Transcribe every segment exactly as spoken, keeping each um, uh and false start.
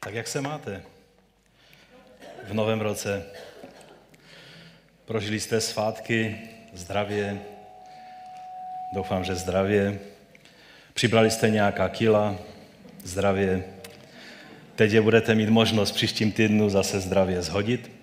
Tak jak se máte v novém roce? Prožili jste svátky zdravě? Doufám, že zdravě. Přibrali jste nějaká kila? Zdravě. Teď je budete mít možnost příštím týdnu zase zdravě zhodit.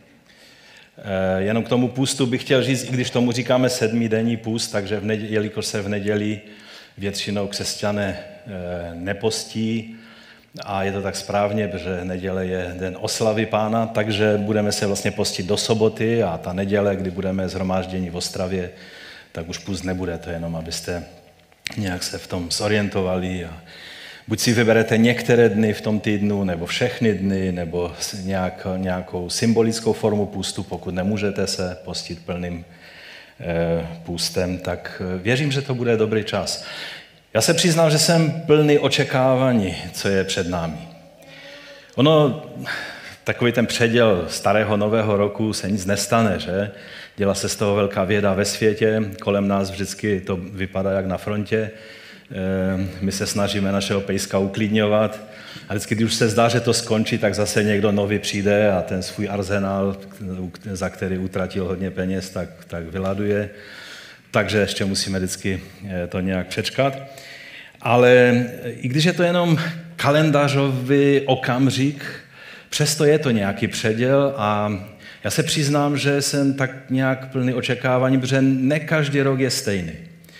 E, jenom k tomu půstu bych chtěl říct, i když tomu říkáme sedmidenní půst, takže v neděli, jelikož se v neděli většinou křesťané e, nepostí, a je to tak správně, protože neděle je den oslavy Pána, takže budeme se vlastně postit do soboty a ta neděle, kdy budeme shromážděni v Ostravě, tak už půst nebude, to jenom abyste nějak se v tom zorientovali. A buď si vyberete některé dny v tom týdnu, nebo všechny dny, nebo nějak, nějakou symbolickou formu půstu, pokud nemůžete se postit plným e, půstem, tak věřím, že to bude dobrý čas. Já se přiznám, že jsem plný očekávání, co je před námi. Ono, takový ten předěl starého nového roku se nic nestane, že? Dělá se z toho velká věda ve světě, kolem nás vždycky to vypadá jak na frontě. My se snažíme našeho pejska uklidňovat a vždycky, když už se zdá, že to skončí, tak zase někdo nový přijde a ten svůj arzenál, za který utratil hodně peněz, tak, tak vyladuje. Takže ještě musíme vždycky to nějak přečkat. Ale i když je to jenom kalendářový okamžik, přesto je to nějaký předěl a já se přiznám, že jsem tak nějak plný očekávání, protože ne každý rok je stejný.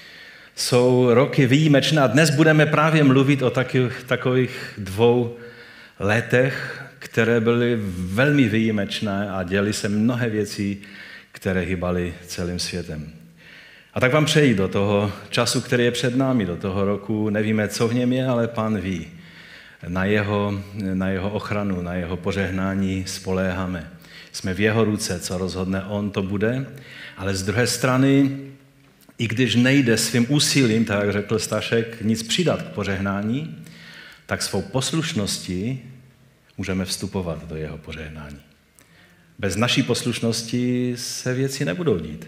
Jsou roky výjimečné a dnes budeme právě mluvit o takových, takových dvou letech, které byly velmi výjimečné a děly se mnohé věcí, které hýbaly celým světem. A tak vám přeji do toho času, který je před námi, do toho roku. Nevíme, co v něm je, ale Pán ví. Na jeho, na jeho ochranu, na jeho požehnání spoléháme. Jsme v jeho ruce, co rozhodne on, to bude. Ale z druhé strany, i když nejde svým úsilím, tak jak řekl Stašek, nic přidat k požehnání, tak svou poslušností můžeme vstupovat do jeho požehnání. Bez naší poslušnosti se věci nebudou dít.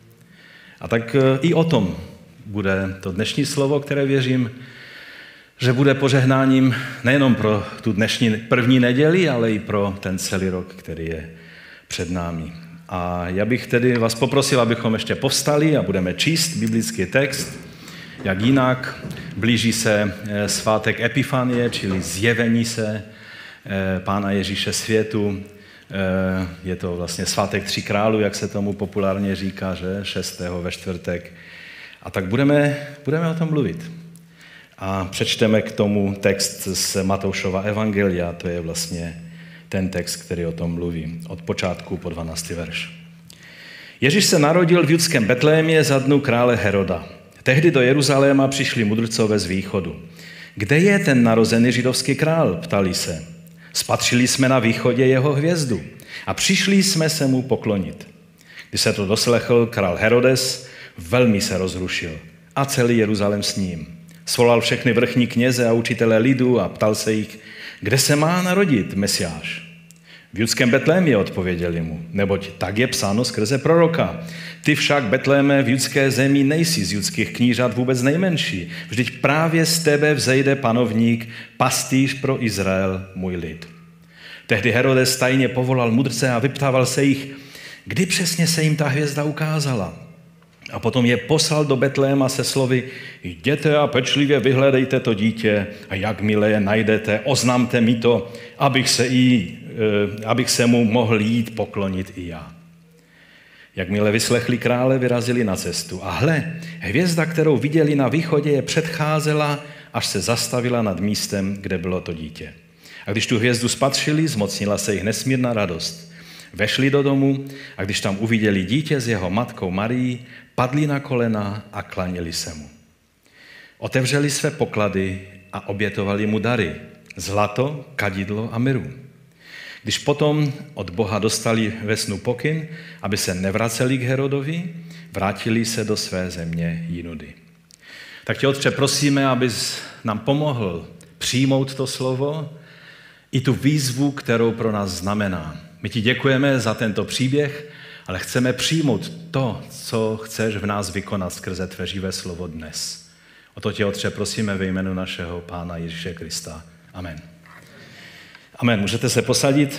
A tak i o tom bude to dnešní slovo, které věřím, že bude požehnáním nejenom pro tu dnešní první neděli, ale i pro ten celý rok, který je před námi. A já bych tedy vás poprosil, abychom ještě povstali a budeme číst biblický text. Jak jinak, blíží se svátek Epifanie, čili zjevení se Pána Ježíše světu. Je to vlastně svátek tří králů, jak se tomu populárně říká, že? šestého ve čtvrtek. A tak budeme, budeme o tom mluvit. A přečteme k tomu text z Matoušova evangelia, to je vlastně ten text, který o tom mluví. Od počátku po dvanáctý verš. Ježíš se narodil v judském Betlémě za dnu krále Heroda. Tehdy do Jeruzaléma přišli mudrcové z východu. Kde je ten narozený židovský král? Ptali se. Spatřili jsme na východě jeho hvězdu a přišli jsme se mu poklonit. Když se to doslechl král Herodes, velmi se rozrušil a celý Jeruzalém s ním. Svolal všechny vrchní kněze a učitele lidu a ptal se jich, kde se má narodit Mesiáš. V judském Betlémě, odpověděli mu, neboť tak je psáno skrze proroka. Ty však, Betléme, v judské zemi nejsi z judských knížat vůbec nejmenší. Vždyť právě z tebe vzejde panovník, pastýř pro Izrael, můj lid. Tehdy Herodes tajně povolal mudrce a vyptával se jich, kdy přesně se jim ta hvězda ukázala. A potom je poslal do Betléma se slovy, jděte a pečlivě vyhledejte to dítě a jakmile je najdete, oznamte mi to, abych se, i, abych se mu mohl jít poklonit i já. Jakmile vyslechli krále, vyrazili na cestu. A hle, hvězda, kterou viděli na východě, je předcházela, až se zastavila nad místem, kde bylo to dítě. A když tu hvězdu spatřili, zmocnila se jich nesmírná radost. Vešli do domu a když tam uviděli dítě s jeho matkou Marií, padli na kolena a klaněli se mu. Otevřeli své poklady a obětovali mu dary, zlato, kadidlo a miru. Když potom od Boha dostali ve snu pokyn, aby se nevraceli k Herodovi, vrátili se do své země jinudy. Tak tě, Otče, prosíme, abys nám pomohl přijmout to slovo i tu výzvu, kterou pro nás znamená. My ti děkujeme za tento příběh, ale chceme přijmout to, co chceš v nás vykonat skrze tvé živé slovo dnes. O to tě, Otče, prosíme ve jménu našeho Pána Ježíše Krista. Amen. Amen. Můžete se posadit.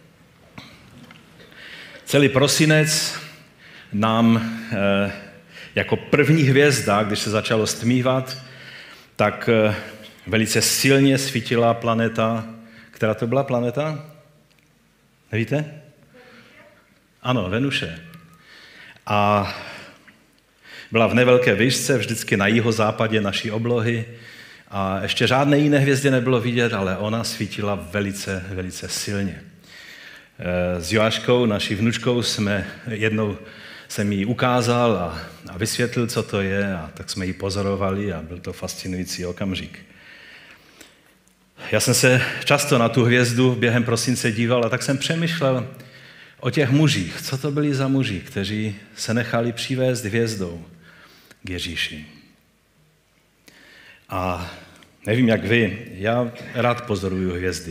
Celý prosinec nám eh, jako první hvězda, když se začalo stmívat, tak eh, velice silně svítila planeta. Která to byla planeta? Nevíte? Ano, Venuše. A byla v nevelké výšce, vždycky na jihozápadě naší oblohy. A ještě žádné jiné hvězdě nebylo vidět, ale ona svítila velice, velice silně. S Joáškou, naší vnučkou, jsme jednou jsem jí ukázal a, a vysvětlil, co to je, a tak jsme ji pozorovali a byl to fascinující okamžik. Já jsem se často na tu hvězdu během prosince díval a tak jsem přemýšlel o těch mužích. Co to byli za muži, kteří se nechali přivést hvězdou k Ježíši. A nevím, jak vy, já rád pozoruju hvězdy.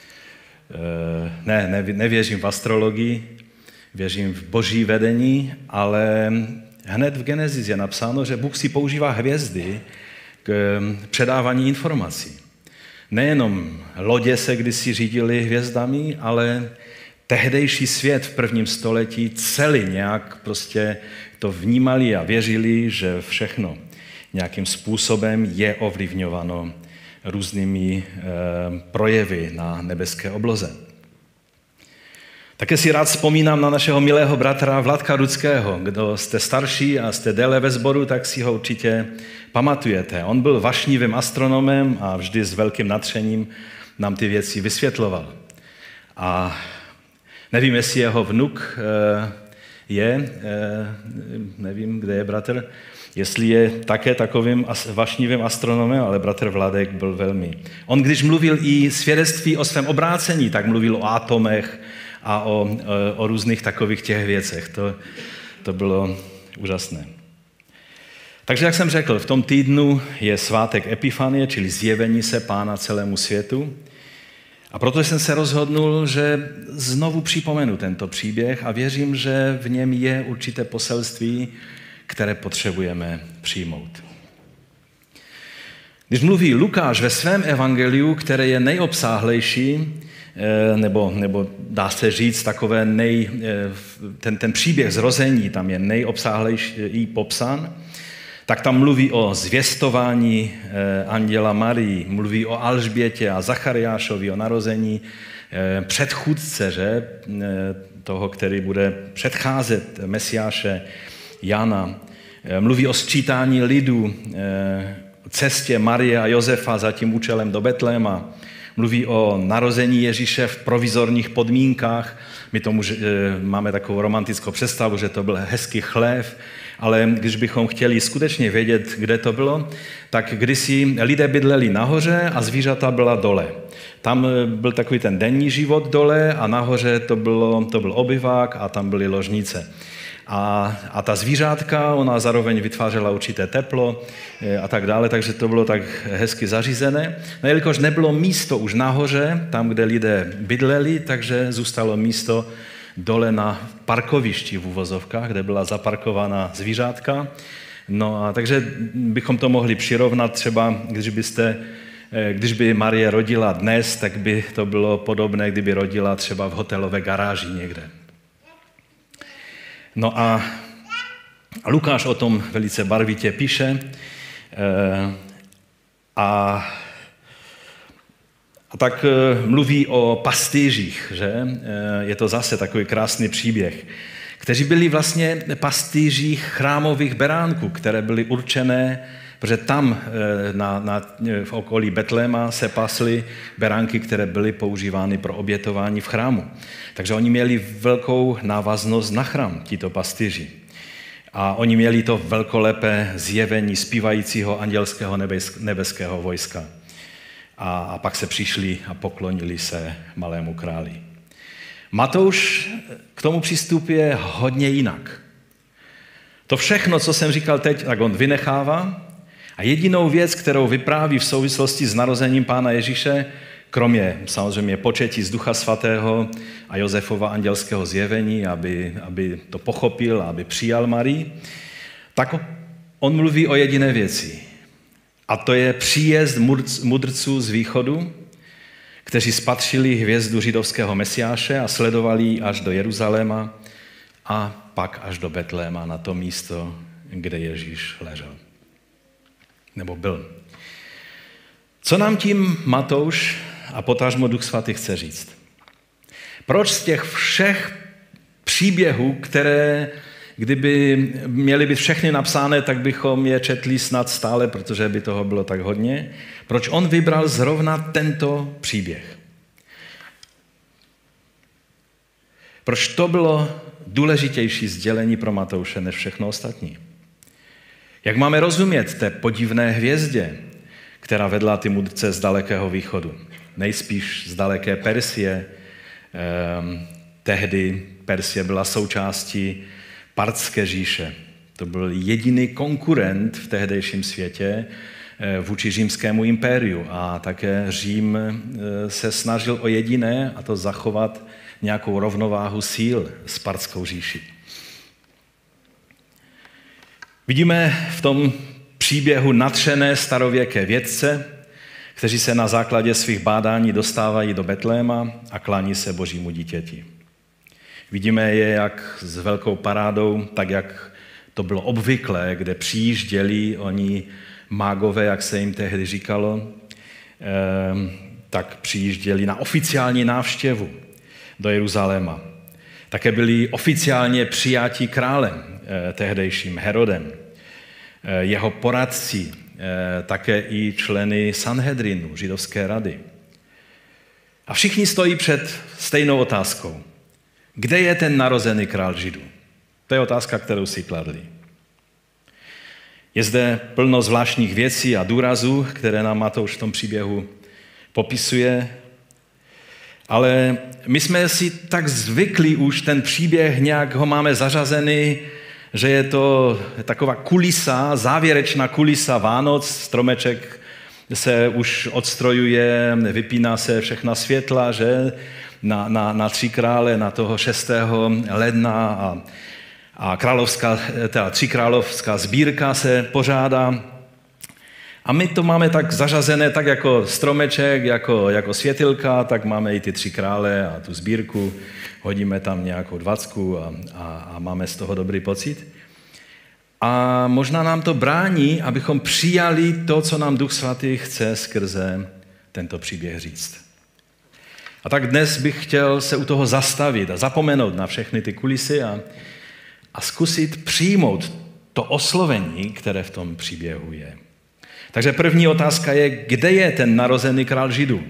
Ne, ne, nevěřím v astrologii, věřím v boží vedení, ale hned v Genesis je napsáno, že Bůh si používá hvězdy k předávání informací. Nejenom lodě se kdysi řídily hvězdami, ale tehdejší svět v prvním století celý nějak prostě to vnímali a věřili, že všechno nějakým způsobem je ovlivňováno různými e, projevy na nebeské obloze. Také si rád vzpomínám na našeho milého bratra Vladka Rudského. Kdo jste starší a jste déle ve sboru, tak si ho určitě pamatujete. On byl vášnivým astronomem a vždy s velkým nadšením nám ty věci vysvětloval. A nevím, jestli jeho vnuk je, nevím, kde je bratr, jestli je také takovým vášnivým astronomem, ale bratr Vladek byl velmi. On, když mluvil i svědectví o svém obrácení, tak mluvil o atomech a o, o, o různých takových těch věcech. To, to bylo úžasné. Takže, jak jsem řekl, v tom týdnu je svátek Epifanie, čili zjevení se Pána celému světu. A proto jsem se rozhodnul, že znovu připomenu tento příběh a věřím, že v něm je určité poselství, které potřebujeme přijmout. Když mluví Lukáš ve svém evangeliu, které je nejobsáhlejší, nebo, nebo dá se říct takové nej, ten, ten příběh zrození tam je nejobsáhlejší popsán, tak tam mluví o zvěstování anděla Marii, mluví o Alžbětě a Zachariášovi, o narození předchůdce, že? Toho, který bude předcházet Mesiáše Jana. Mluví o sčítání lidu, cestě Marie a Josefa za tím účelem do Betléma. Mluví o narození Ježíše v provizorních podmínkách. My tomu máme takovou romantickou představu, že to byl hezký chlév, ale když bychom chtěli skutečně vědět, kde to bylo, tak kdysi lidé bydleli nahoře a zvířata byla dole. Tam byl takový ten denní život dole a nahoře to, bylo, to byl obyvák a tam byly ložnice. A, a ta zvířátka, ona zároveň vytvářela určité teplo a tak dále, takže to bylo tak hezky zařízené. No, jelikož nebylo místo už nahoře, tam, kde lidé bydleli, takže zůstalo místo dole na parkovišti v uvozovkách, kde byla zaparkovaná zvířátka. No a takže bychom to mohli přirovnat třeba, když byste, když by Marie rodila dnes, tak by to bylo podobné, kdyby rodila třeba v hotelové garáži někde. No a Lukáš o tom velice barvitě píše a, a tak mluví o pastýřích, že? Je to zase takový krásný příběh, kteří byli vlastně pastýři chrámových beránků, které byly určené, protože tam na, na, v okolí Betléma se pasly beránky, které byly používány pro obětování v chrámu. Takže oni měli velkou návaznost na chrám, tito pastýři. A oni měli to velkolepé zjevení zpívajícího andělského nebeského vojska. A, a pak se přišli a poklonili se malému králi. Matouš k tomu přistupuje hodně jinak. To všechno, co jsem říkal teď, tak on vynechává a jedinou věc, kterou vypráví v souvislosti s narozením Pána Ježíše, kromě samozřejmě početí z Ducha Svatého a Josefova andělského zjevení, aby, aby to pochopil, aby přijal Marii, tak on mluví o jediné věci. A to je příjezd mudrců z východu, kteří spatřili hvězdu židovského mesiáše a sledovali ji až do Jeruzaléma a pak až do Betléma na to místo, kde Ježíš ležel. Nebo byl. Co nám tím Matouš a potažmo Duch Svatý chce říct? Proč z těch všech příběhů, které kdyby měly být všechny napsány, tak bychom je četli snad stále, protože by toho bylo tak hodně. Proč on vybral zrovna tento příběh? Proč to bylo důležitější sdělení pro Matouše než všechno ostatní? Jak máme rozumět té podivné hvězdě, která vedla ty mudrce z dalekého východu? Nejspíš z daleké Persie. Ehm, tehdy Persie byla součástí Partské říše. To byl jediný konkurent v tehdejším světě vůči římskému impériu a také Řím se snažil o jediné, a to zachovat nějakou rovnováhu síl s Partskou říši. Vidíme v tom příběhu nadšené starověké vědce, kteří se na základě svých bádání dostávají do Betléma a klání se Božímu dítěti. Vidíme je jak s velkou parádou, tak jak to bylo obvyklé, kde přijížděli oni mágové, jak se jim tehdy říkalo, tak přijížděli na oficiální návštěvu do Jeruzaléma. Také byli oficiálně přijati králem, tehdejším Herodem, jeho poradci, také i členy Sanhedrinu, židovské rady. A všichni stojí před stejnou otázkou. Kde je ten narozený král Židů? To je otázka, kterou si kladli. Je zde plno zvláštních věcí a důrazů, které nám Matouš v tom příběhu popisuje, ale my jsme si tak zvykli už ten příběh, nějak ho máme zařazený, že je to taková kulisa, závěrečná kulisa Vánoc, stromeček se už odstrojuje, vypíná se všechna světla, že na, na, na tři krále, na toho šestého ledna a, a královská, teda třikrálovská sbírka se pořádá. A my to máme tak zařazené, tak jako stromeček, jako, jako světilka, tak máme i ty tři krále a tu sbírku, hodíme tam nějakou dvacku a, a, a máme z toho dobrý pocit. A možná nám to brání, abychom přijali to, co nám Duch Svatý chce skrze tento příběh říct. A tak dnes bych chtěl se u toho zastavit a zapomenout na všechny ty kulisy a, a zkusit přijmout to oslovení, které v tom příběhu je. Takže první otázka je, kde je ten narozený král Židů?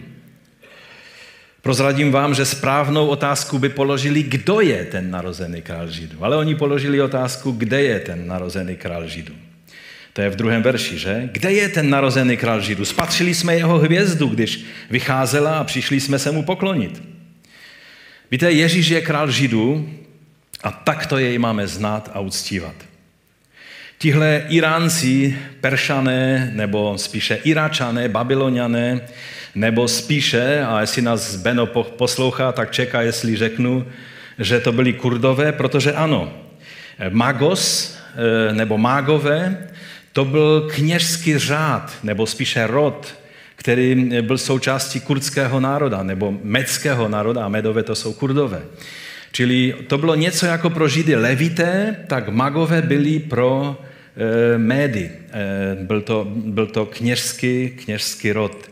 Prozradím vám, že správnou otázku by položili, kdo je ten narozený král Židů. Ale oni položili otázku, kde je ten narozený král Židů. To je v druhém verši, že? Kde je ten narozený král Židů? Spatřili jsme jeho hvězdu, když vycházela a přišli jsme se mu poklonit. Víte, Ježíš je král Židů a takto jej máme znát a uctívat. Tihle Iránci, Peršané, nebo spíše Iračané, Babyloniané, nebo spíše, a jestli nás Beno poslouchá, tak čeká, jestli řeknu, že to byli Kurdové, protože ano, Magos, nebo Mágové, to byl kněžský řád, nebo spíše rod, který byl součástí kurdského národa, nebo medského národa, a Medové to jsou Kurdové. Čili to bylo něco jako pro Židy levité, tak Magové byli pro e, Médy. E, byl, to, byl to kněžský, kněžský rod.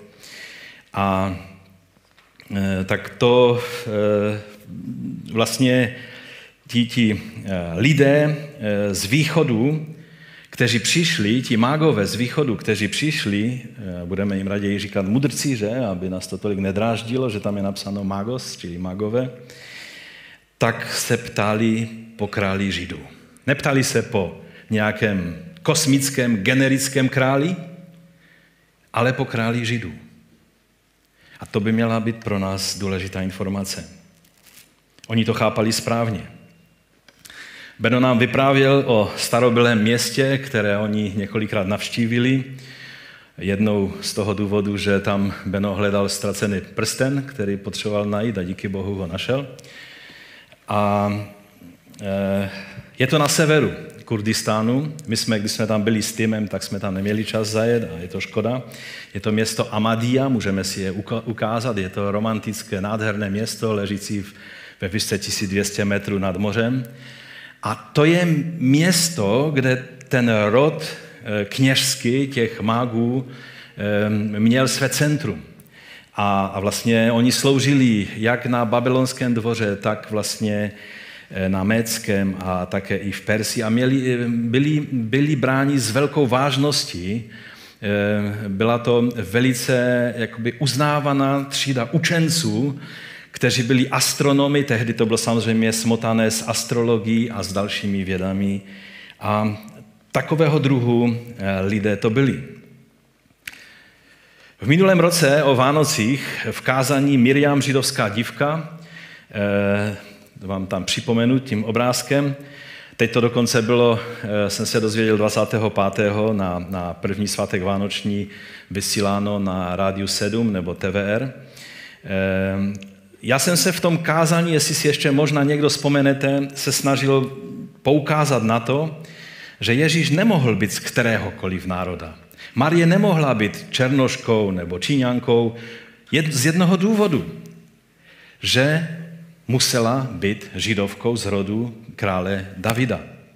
A e, tak to e, vlastně ti, ti e, lidé e, z východu, kteří přišli, ti mágové z východu, kteří přišli, e, budeme jim raději říkat mudrci, že? Aby nás to tolik nedráždilo, že tam je napsáno magos, čili magové, tak se ptali po králi Židů. Neptali se po nějakém kosmickém, generickém králi, ale po králi Židů. A to by měla být pro nás důležitá informace. Oni to chápali správně. Beno nám vyprávěl o starobylém městě, které oni několikrát navštívili. Jednou z toho důvodu, že tam Beno hledal ztracený prsten, který potřeboval najít a díky Bohu ho našel. A je to na severu Kurdistánu. My jsme, když jsme tam byli s týmem, tak jsme tam neměli čas zajet a je to škoda. Je to město Ahmadiyya, můžeme si je ukázat. Je to romantické, nádherné město, ležící ve výšce tisíc dvě stě metrů nad mořem. A to je město, kde ten rod kněžský těch mágů měl své centrum. A, a vlastně oni sloužili jak na babylonském dvoře, tak vlastně na Médském a také i v Persii a měli, byli, byli bráni s velkou vážností. Byla to velice jakoby uznávaná třída učenců, kteří byli astronomy, tehdy to bylo samozřejmě smotané s astrologií a s dalšími vědami. A takového druhu lidé to byli. V minulém roce o Vánocích v kázání Miriam, židovská dívka, eh, vám tam připomenu tím obrázkem, teď to dokonce bylo, eh, jsem se dozvěděl dvacátého pátého na, na první svátek vánoční vysíláno na Rádiu sedm nebo T V R. Eh, já jsem se v tom kázání, jestli si ještě možná někdo vzpomenete, se snažil poukázat na to, že Ježíš nemohl být z kteréhokoliv národa. Marie nemohla být černoškou nebo číňankou z jednoho důvodu, že musela být židovkou z rodu krále Davida.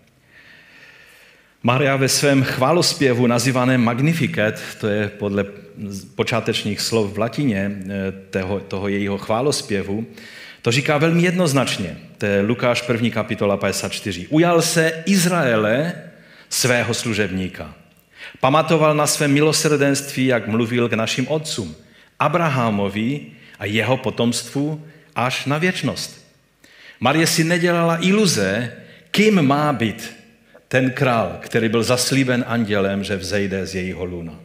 Maria ve svém chválospěvu nazývaném Magnificat, to je podle počátečních slov v latině toho, toho jejího chválospěvu, to říká velmi jednoznačně. To je Lukáš první kapitola padesát čtyři. Ujal se Izraele svého služebníka. Pamatoval na své milosrdenství, jak mluvil k našim otcům, Abrahamovi a jeho potomstvu až na věčnost. Marie si nedělala iluze, kým má být ten král, který byl zaslíben andělem, že vzejde z jejího lůna.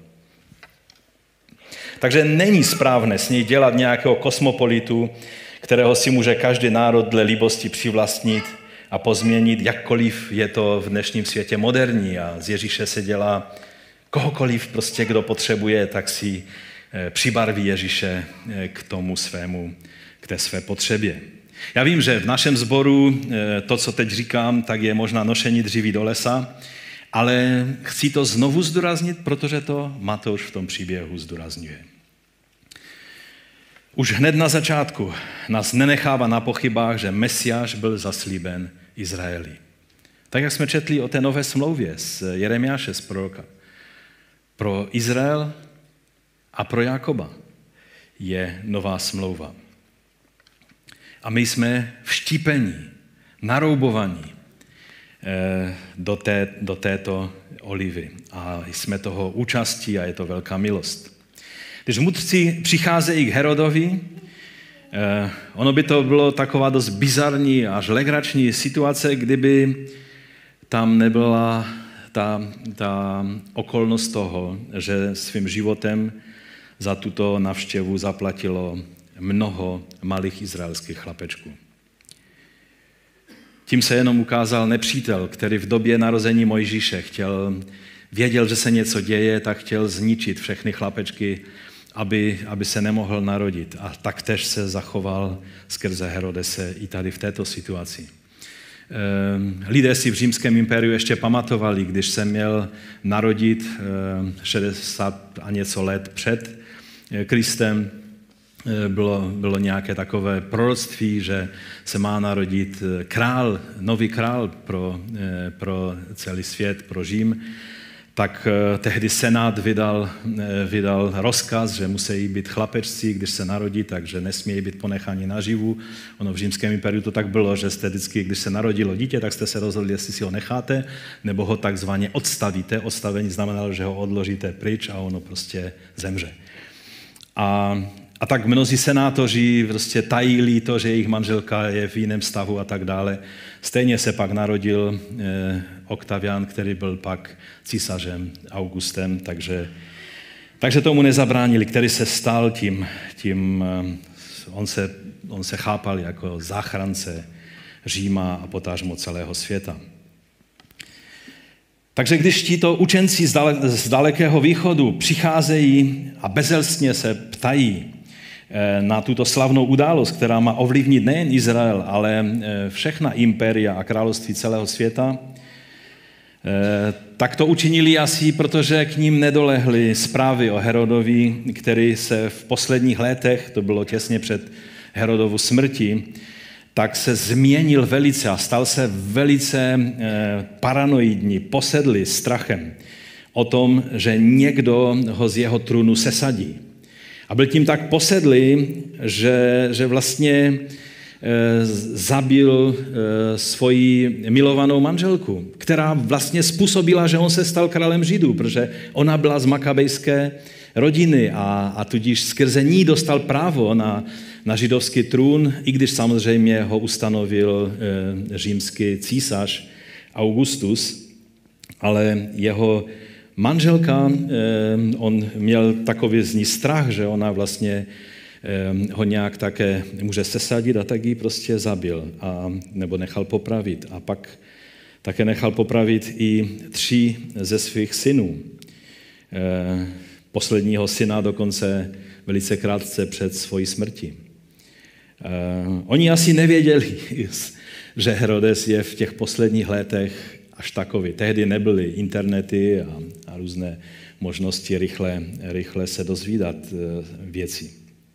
Takže není správné s ní dělat nějakého kosmopolitu, kterého si může každý národ dle líbosti přivlastnit a pozměnit, jakkoliv je to v dnešním světě moderní a z Ježíše se dělá kohokoliv, prostě kdo potřebuje, tak si přibarví Ježíše k tomu svému, k té své potřebě. Já vím, že v našem sboru to, co teď říkám, tak je možná nošení dříví do lesa, ale chci to znovu zdůraznit, protože to Matouš v tom příběhu zdůrazňuje. Už hned na začátku nás nenechává na pochybách, že Mesiáš byl zaslíben Izraeli. Tak, jak jsme četli o té nové smlouvě z Jeremiáše, z proroka. Pro Izrael a pro Jákoba je nová smlouva. A my jsme vštípení, naroubovaní do, té, do této olivy. A jsme toho účastí a je to velká milost. Když mudrci přicházejí k Herodovi, ono by to bylo taková dost bizarní až legrační situace, kdyby tam nebyla ta, ta okolnost toho, že svým životem za tuto navštěvu zaplatilo mnoho malých izraelských chlapečků. Tím se jenom ukázal nepřítel, který v době narození Mojžíše chtěl, věděl, že se něco děje, tak chtěl zničit všechny chlapečky, aby, aby se nemohl narodit. A taktéž se zachoval skrze Herodese i tady v této situaci. Lidé si v římském impériu ještě pamatovali, když se měl narodit šedesát a něco let před Kristem, bylo, bylo nějaké takové proroctví, že se má narodit král, nový král pro, pro celý svět, pro Řím. Tak tehdy senát vydal, vydal rozkaz, že musí být chlapečci, když se narodí, takže nesmějí být ponecháni naživu. Ono v římském impériu to tak bylo, že jste vždycky, když se narodilo dítě, tak jste se rozhodli, jestli si ho necháte, nebo ho takzvaně odstavíte. Odstavení znamenalo, že ho odložíte pryč a ono prostě zemře. A, a tak mnozí senátoři prostě tajili to, že jejich manželka je v jiném stavu a tak dále. Stejně se pak narodil eh, Oktavián, který byl pak císařem Augustem, takže, takže tomu nezabránili, který se stal tím, tím eh, on, se, on se chápal jako záchrance Říma a potažmo celého světa. Takže když tito učenci z, dale, z dalekého východu přicházejí a bezelstně se ptají na tuto slavnou událost, která má ovlivnit nejen Izrael, ale všechna impéria a království celého světa, Tak to učinili asi, protože k ním nedolehly zprávy o Herodovi, který se v posledních letech, to bylo těsně před Herodovu smrti, tak se změnil velice a stal se velice paranoidní, posedlý strachem o tom, že někdo ho z jeho trůnu sesadí. A byl tím tak posedlý, že, že vlastně zabil svoji milovanou manželku, která vlastně způsobila, že on se stal králem Židů, protože ona byla z makabejské rodiny a, a tudíž skrze ní dostal právo na, na židovský trůn, i když samozřejmě ho ustanovil e, římský císař Augustus, ale jeho manželka, e, on měl takový z ní strach, že ona vlastně ho nějak také může sesadit a tak ji prostě zabil a, nebo nechal popravit. A pak také nechal popravit i tři ze svých synů. E, posledního syna dokonce velice krátce před svojí smrtí. E, oni asi nevěděli, že Herodes je v těch posledních letech až takový. Tehdy nebyly internety a, a různé možnosti rychle, rychle se dozvídat e, věci.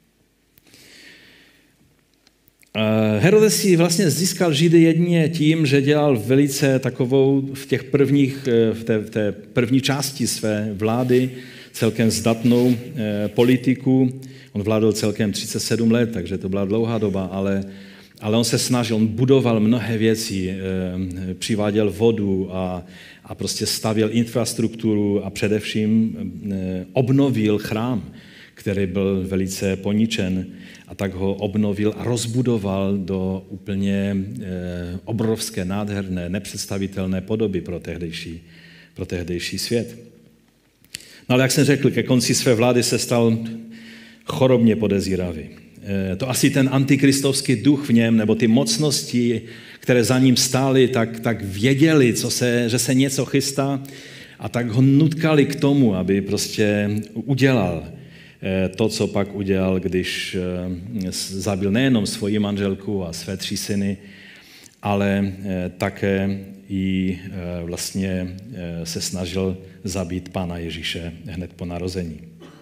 Herodes si vlastně získal Židy jedině tím, že dělal velice takovou v těch prvních, v té, v té první části své vlády celkem zdatnou politiku. On vládl celkem třicet sedm let, takže to byla dlouhá doba, ale, ale on se snažil, on budoval mnohé věci, přiváděl vodu a, a prostě stavěl infrastrukturu a především obnovil chrám, který byl velice poničen, a tak ho obnovil a rozbudoval do úplně e, obrovské, nádherné, nepředstavitelné podoby pro tehdejší, pro tehdejší svět. No ale jak jsem řekl, ke konci své vlády se stal chorobně podezíravý. E, to asi ten antikristovský duch v něm, nebo ty mocnosti, které za ním stály, tak, tak věděli, co se, že se něco chystá a tak ho nutkali k tomu, aby prostě udělal to, co pak udělal, když zabil nejenom svoji manželku a své tři syny, ale také i vlastně se snažil zabít Pána Ježíše hned po narození.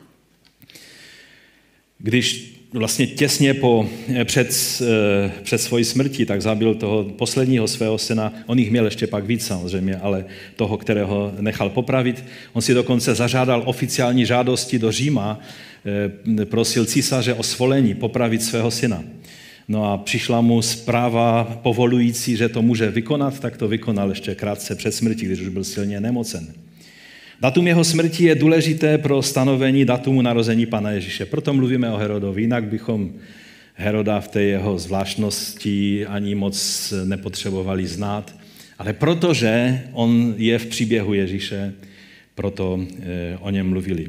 Když vlastně těsně po, před, před svojí smrtí, tak zabil toho posledního svého syna, on jich měl ještě pak víc samozřejmě, ale toho, kterého nechal popravit. On si dokonce zažádal oficiální žádosti do Říma, prosil císaře o svolení popravit svého syna. No a přišla mu zpráva povolující, že to může vykonat, tak to vykonal ještě krátce před smrtí, když už byl silně nemocen. Datum jeho smrti je důležité pro stanovení datumu narození Pana Ježíše. Proto mluvíme o Herodovi, jinak bychom Heroda v té jeho zvláštnosti ani moc nepotřebovali znát. Ale protože on je v příběhu Ježíše, proto o něm mluvili.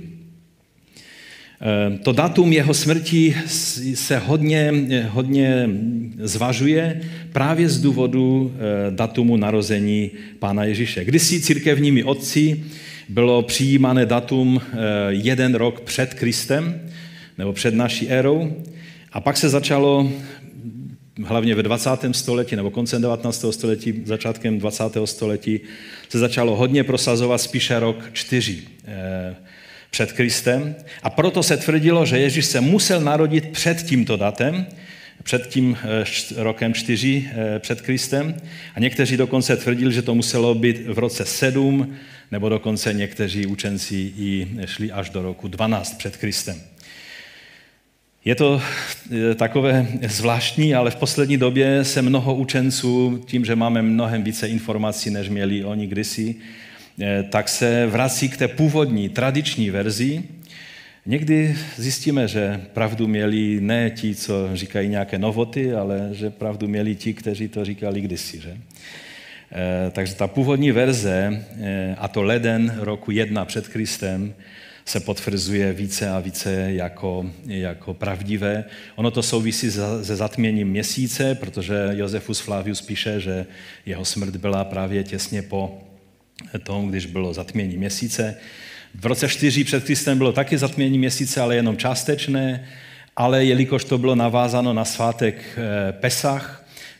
To datum jeho smrti se hodně, hodně zvažuje právě z důvodu datumu narození Pána Ježíše. Kdysi církevními otci bylo přijímané datum jeden rok před Kristem, nebo před naší érou, a pak se začalo, hlavně ve dvacátém století, nebo koncem devatenáctého století, začátkem dvacátého století, se začalo hodně prosazovat spíše rok čtyři před Kristem. A proto se tvrdilo, že Ježíš se musel narodit před tímto datem, před tím rokem čtyři před Kristem. A někteří dokonce tvrdili, že to muselo být v roce sedm, nebo dokonce někteří učenci i šli až do roku dvanáct před Kristem. Je to takové zvláštní, ale v poslední době se mnoho učenců, tím, že máme mnohem více informací, než měli oni kdysi, tak se vrací k té původní, tradiční verzi. Někdy zjistíme, že pravdu měli ne ti, co říkají nějaké novoty, ale že pravdu měli ti, kteří to říkali kdysi. Že? Takže ta původní verze, a to leden roku jedna před Kristem, se potvrzuje více a více jako, jako pravdivé. Ono to souvisí se zatměním měsíce, protože Josefus Flavius píše, že jeho smrt byla právě těsně po tom, když bylo zatmění měsíce. V roce čtyři před Kristem bylo taky zatmění měsíce, ale jenom částečné, ale jelikož to bylo navázáno na svátek Pesach,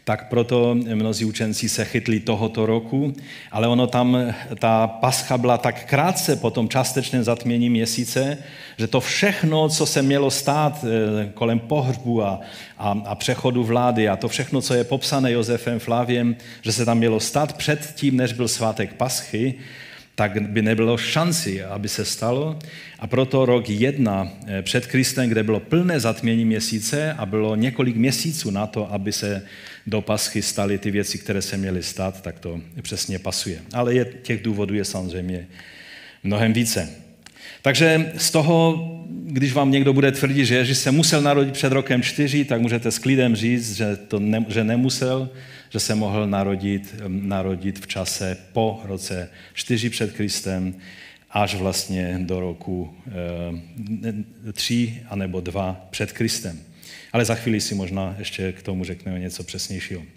tak proto mnozí učenci se chytli tohoto roku, ale ono tam, ta pascha byla tak krátce po tom částečném zatmění měsíce, že to všechno, co se mělo stát kolem pohřbu a, a, a přechodu vlády a to všechno, co je popsané Josefem Flaviem, že se tam mělo stát předtím, než byl svátek paschy, tak by nebylo šanci, aby se stalo. A proto rok jedna před Kristem, kde bylo plné zatmění měsíce a bylo několik měsíců na to, aby se do paschy staly ty věci, které se měly stát, tak to přesně pasuje. Ale je, těch důvodů je samozřejmě mnohem více. Takže z toho, když vám někdo bude tvrdit, že Ježíš se musel narodit před rokem čtyři, tak můžete s klidem říct, že, to ne, že nemusel, že se mohl narodit, narodit v čase po roce čtyři před Kristem, až vlastně do roku e, tři anebo dva před Kristem. Ale za chvíli si možná ještě k tomu řekneme něco přesnějšího. E,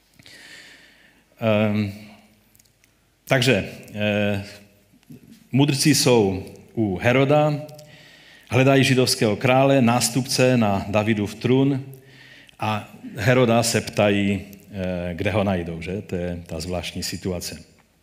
takže e, mudrci jsou u Heroda, hledají židovského krále, nástupce na Davidův trůn a Heroda se ptají, kde ho najdou, že? To je ta zvláštní situace.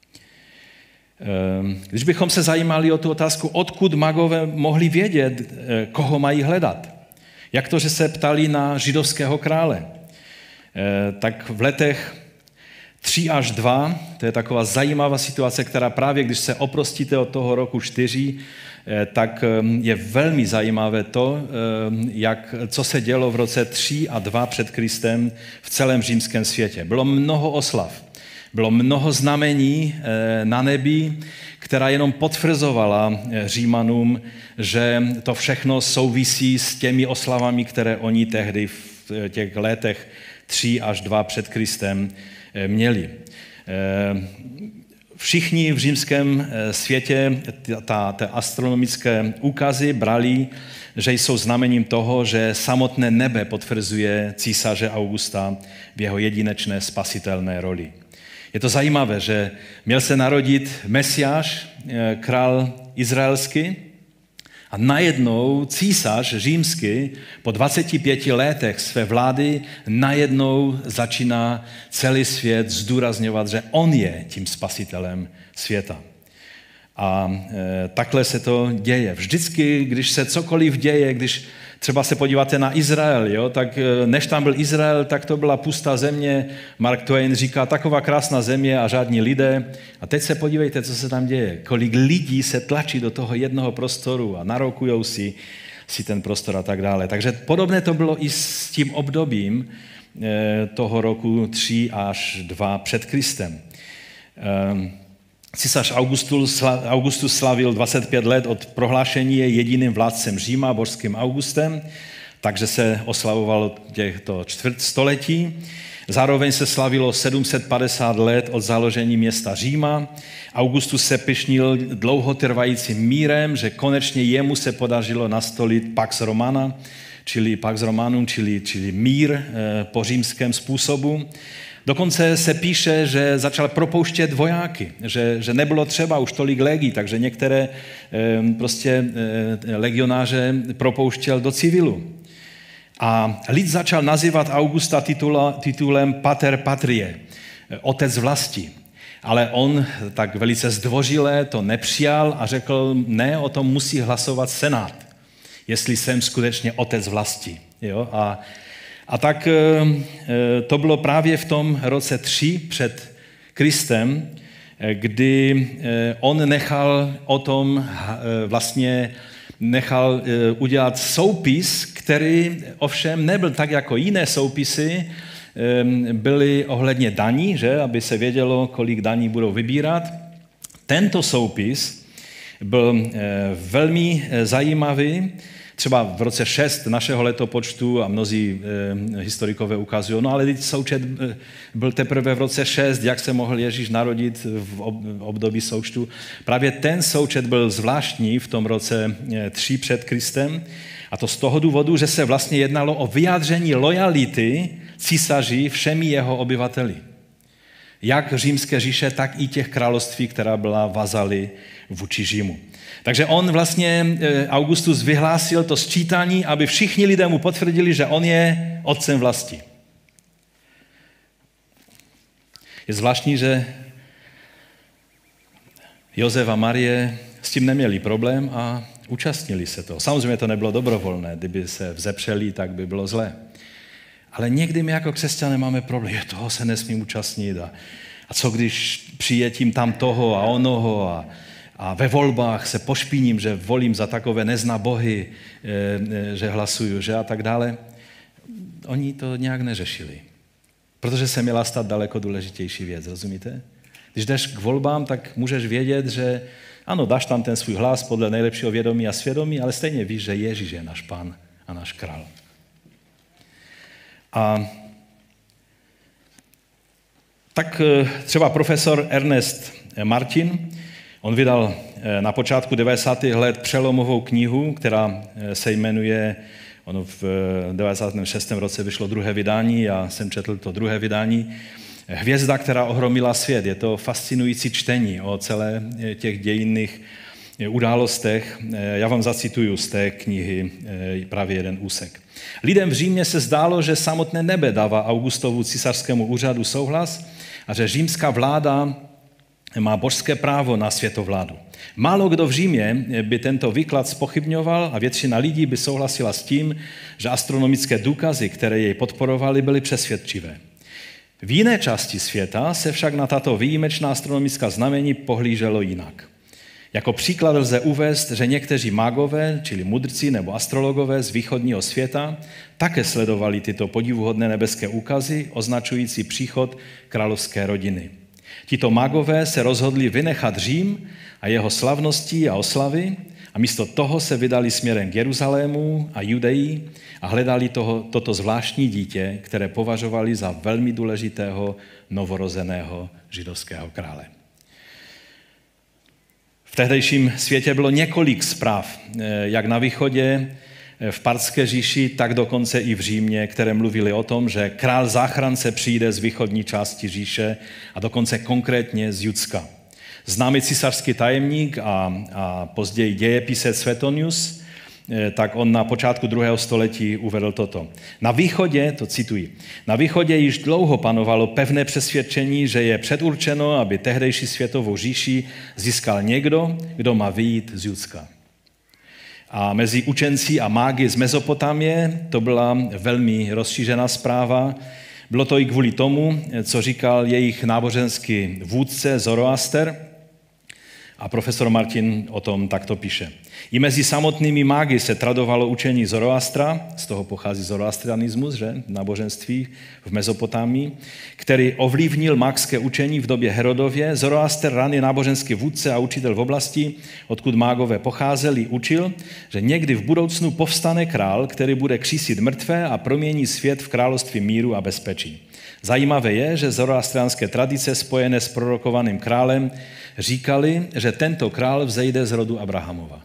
Když bychom se zajímali o tu otázku, odkud magové mohli vědět, koho mají hledat, jak to, že se ptali na židovského krále, tak v letech tři až dva, to je taková zajímavá situace, která právě, když se oprostíte od toho roku čtyři, tak je velmi zajímavé to, jak, co se dělo v roce tři a dva před Kristem v celém římském světě. Bylo mnoho oslav, bylo mnoho znamení na nebi, která jenom potvrzovala Římanům, že to všechno souvisí s těmi oslavami, které oni tehdy v těch letech tři až dva před Kristem měli. Všichni v římském světě ta, ta astronomické úkazy brali, že jsou znamením toho, že samotné nebe potvrzuje císaře Augusta v jeho jedinečné spasitelné roli. Je to zajímavé, že měl se narodit Mesiáš, král izraelský, a najednou císař římský po dvaceti pěti letech své vlády najednou začíná celý svět zdůrazňovat, že on je tím spasitelem světa. A e, takhle se to děje. Vždycky, když se cokoliv děje, když třeba se podíváte na Izrael, jo, tak než tam byl Izrael, tak to byla pustá země. Mark Twain říká, taková krásná země a žádní lidé. A teď se podívejte, co se tam děje. Kolik lidí se tlačí do toho jednoho prostoru a narokujou si, si ten prostor a tak dále. Takže podobné to bylo i s tím obdobím e, toho roku tři až dva před Kristem. E, Císař Augustus slavil dvacet pět let od prohlášení, je jediným vládcem Říma, božským Augustem, takže se oslavovalo těchto čtvrt století. Zároveň se slavilo sedm set padesát let od založení města Říma. Augustus se pyšnil dlouhotrvajícím mírem, že konečně jemu se podařilo nastolit Pax Romana, čili Pax Romanum, čili, čili mír po římském způsobu. Dokonce se píše, že začal propouštět vojáky, že, že nebylo třeba už tolik legí, takže některé e, prostě e, legionáře propouštěl do civilu. A lid začal nazývat Augusta titula, titulem Pater Patrie, otec vlasti. Ale on tak velice zdvořile to nepřijal a řekl, ne, o tom musí hlasovat senát, jestli jsem skutečně otec vlasti. Jo? A A tak to bylo právě v tom roce tři před Kristem, kdy on nechal o tom vlastně nechal udělat soupis, který ovšem nebyl tak jako jiné soupisy, byly ohledně daní, že, aby se vědělo, kolik daní budou vybírat. Tento soupis byl velmi zajímavý. Třeba v roce šest našeho letopočtu a mnozí e, historikové ukazují, no ale součet byl teprve v roce šest, jak se mohl Ježíš narodit v období součtu. Právě ten součet byl zvláštní v tom roce tři před Kristem a to z toho důvodu, že se vlastně jednalo o vyjádření lojality císaři všemi jeho obyvateli. Jak římské říše, tak i těch království, která byla vazaly vůči Římu. Takže on vlastně, Augustus vyhlásil to sčítání, aby všichni lidé mu potvrdili, že on je otcem vlasti. Je zvláštní, že Josef a Marie s tím neměli problém a účastnili se toho. Samozřejmě to nebylo dobrovolné, kdyby se vzepřeli, tak by bylo zlé. Ale někdy my jako křesťané máme problém, že toho se nesmím účastnit a, a co když přijetím tam toho a onoho a, a ve volbách se pošpíním, že volím za takové neznabohy, e, že hlasuju, že a tak dále. Oni to nějak neřešili, protože se měla stát daleko důležitější věc, rozumíte? Když jdeš k volbám, tak můžeš vědět, že ano, dáš tam ten svůj hlas podle nejlepšího vědomí a svědomí, ale stejně víš, že Ježíš je náš pán a náš král. A tak třeba profesor Ernest Martin, on vydal na počátku devadesátých let přelomovou knihu, která se jmenuje, ono v devadesátém šestém roce vyšlo druhé vydání, já jsem četl to druhé vydání, Hvězda, která ohromila svět. Je to fascinující čtení o celé těch dějinných událostech. Já vám zacituju z té knihy právě jeden úsek. Lidem v Římě se zdálo, že samotné nebe dává Augustovu císařskému úřadu souhlas a že římská vláda má božské právo na světovládu. Málo kdo v Římě by tento výklad zpochybňoval a většina lidí by souhlasila s tím, že astronomické důkazy, které jej podporovaly, byly přesvědčivé. V jiné části světa se však na tato výjimečná astronomická znamení pohlíželo jinak. Jako příklad lze uvést, že někteří mágové, čili mudrci nebo astrologové z východního světa, také sledovali tyto podivuhodné nebeské úkazy, označující příchod královské rodiny. Tito mágové se rozhodli vynechat Řím a jeho slavnosti a oslavy a místo toho se vydali směrem k Jeruzalému a Judeji a hledali toho, toto zvláštní dítě, které považovali za velmi důležitého novorozeného židovského krále. V tehdejším světě bylo několik zpráv, jak na východě, v Partské říši, tak dokonce i v Římě, které mluvily o tom, že král záchrance přijde z východní části říše a dokonce konkrétně z Judska. Známý císařský tajemník a, a později dějepisec Suetonius, tak on na počátku druhého století uvedl toto. Na východě, to cituji, na východě již dlouho panovalo pevné přesvědčení, že je předurčeno, aby tehdejší světovou říši získal někdo, kdo má vyjít z Judska. A mezi učenci a mágy z Mezopotámie to byla velmi rozšířená zpráva. Bylo to i kvůli tomu, co říkal jejich náboženský vůdce Zoroaster. A profesor Martin o tom takto píše. I mezi samotnými mágy se tradovalo učení Zoroastra, z toho pochází zoroastrianismus, že, náboženství v Mezopotámii, který ovlivnil mágské učení v době Herodově. Zoroaster, raný náboženský vůdce a učitel v oblasti, odkud mágové pocházeli, učil, že někdy v budoucnu povstane král, který bude křísit mrtvé a promění svět v království míru a bezpečí. Zajímavé je, že zoroastriánské tradice spojené s prorokovaným králem říkali, že tento král vzejde z rodu Abrahamova.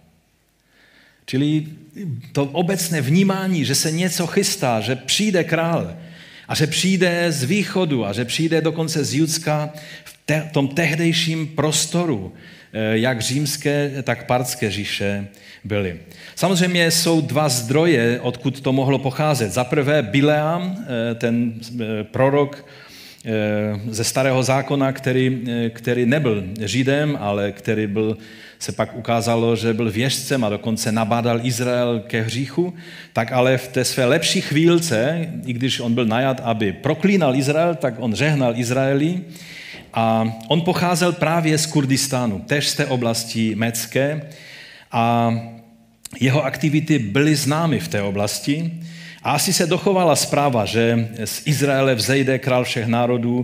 Čili to obecné vnímání, že se něco chystá, že přijde král a že přijde z východu a že přijde dokonce z Judska v te- tom tehdejším prostoru, jak římské, tak partské říše byly. Samozřejmě jsou dva zdroje, odkud to mohlo pocházet. Za prvé Bileam, ten prorok ze starého zákona, který, který nebyl Židem, ale který byl, se pak ukázalo, že byl věštcem a dokonce nabádal Izrael ke hříchu, tak ale v té své lepší chvílce, i když on byl najat, aby proklínal Izrael, tak on žehnal Izraeli a on pocházel právě z Kurdistánu, též z té oblasti Mécké a jeho aktivity byly známy v té oblasti. A asi se dochovala zpráva, že z Izraele vzejde král všech národů,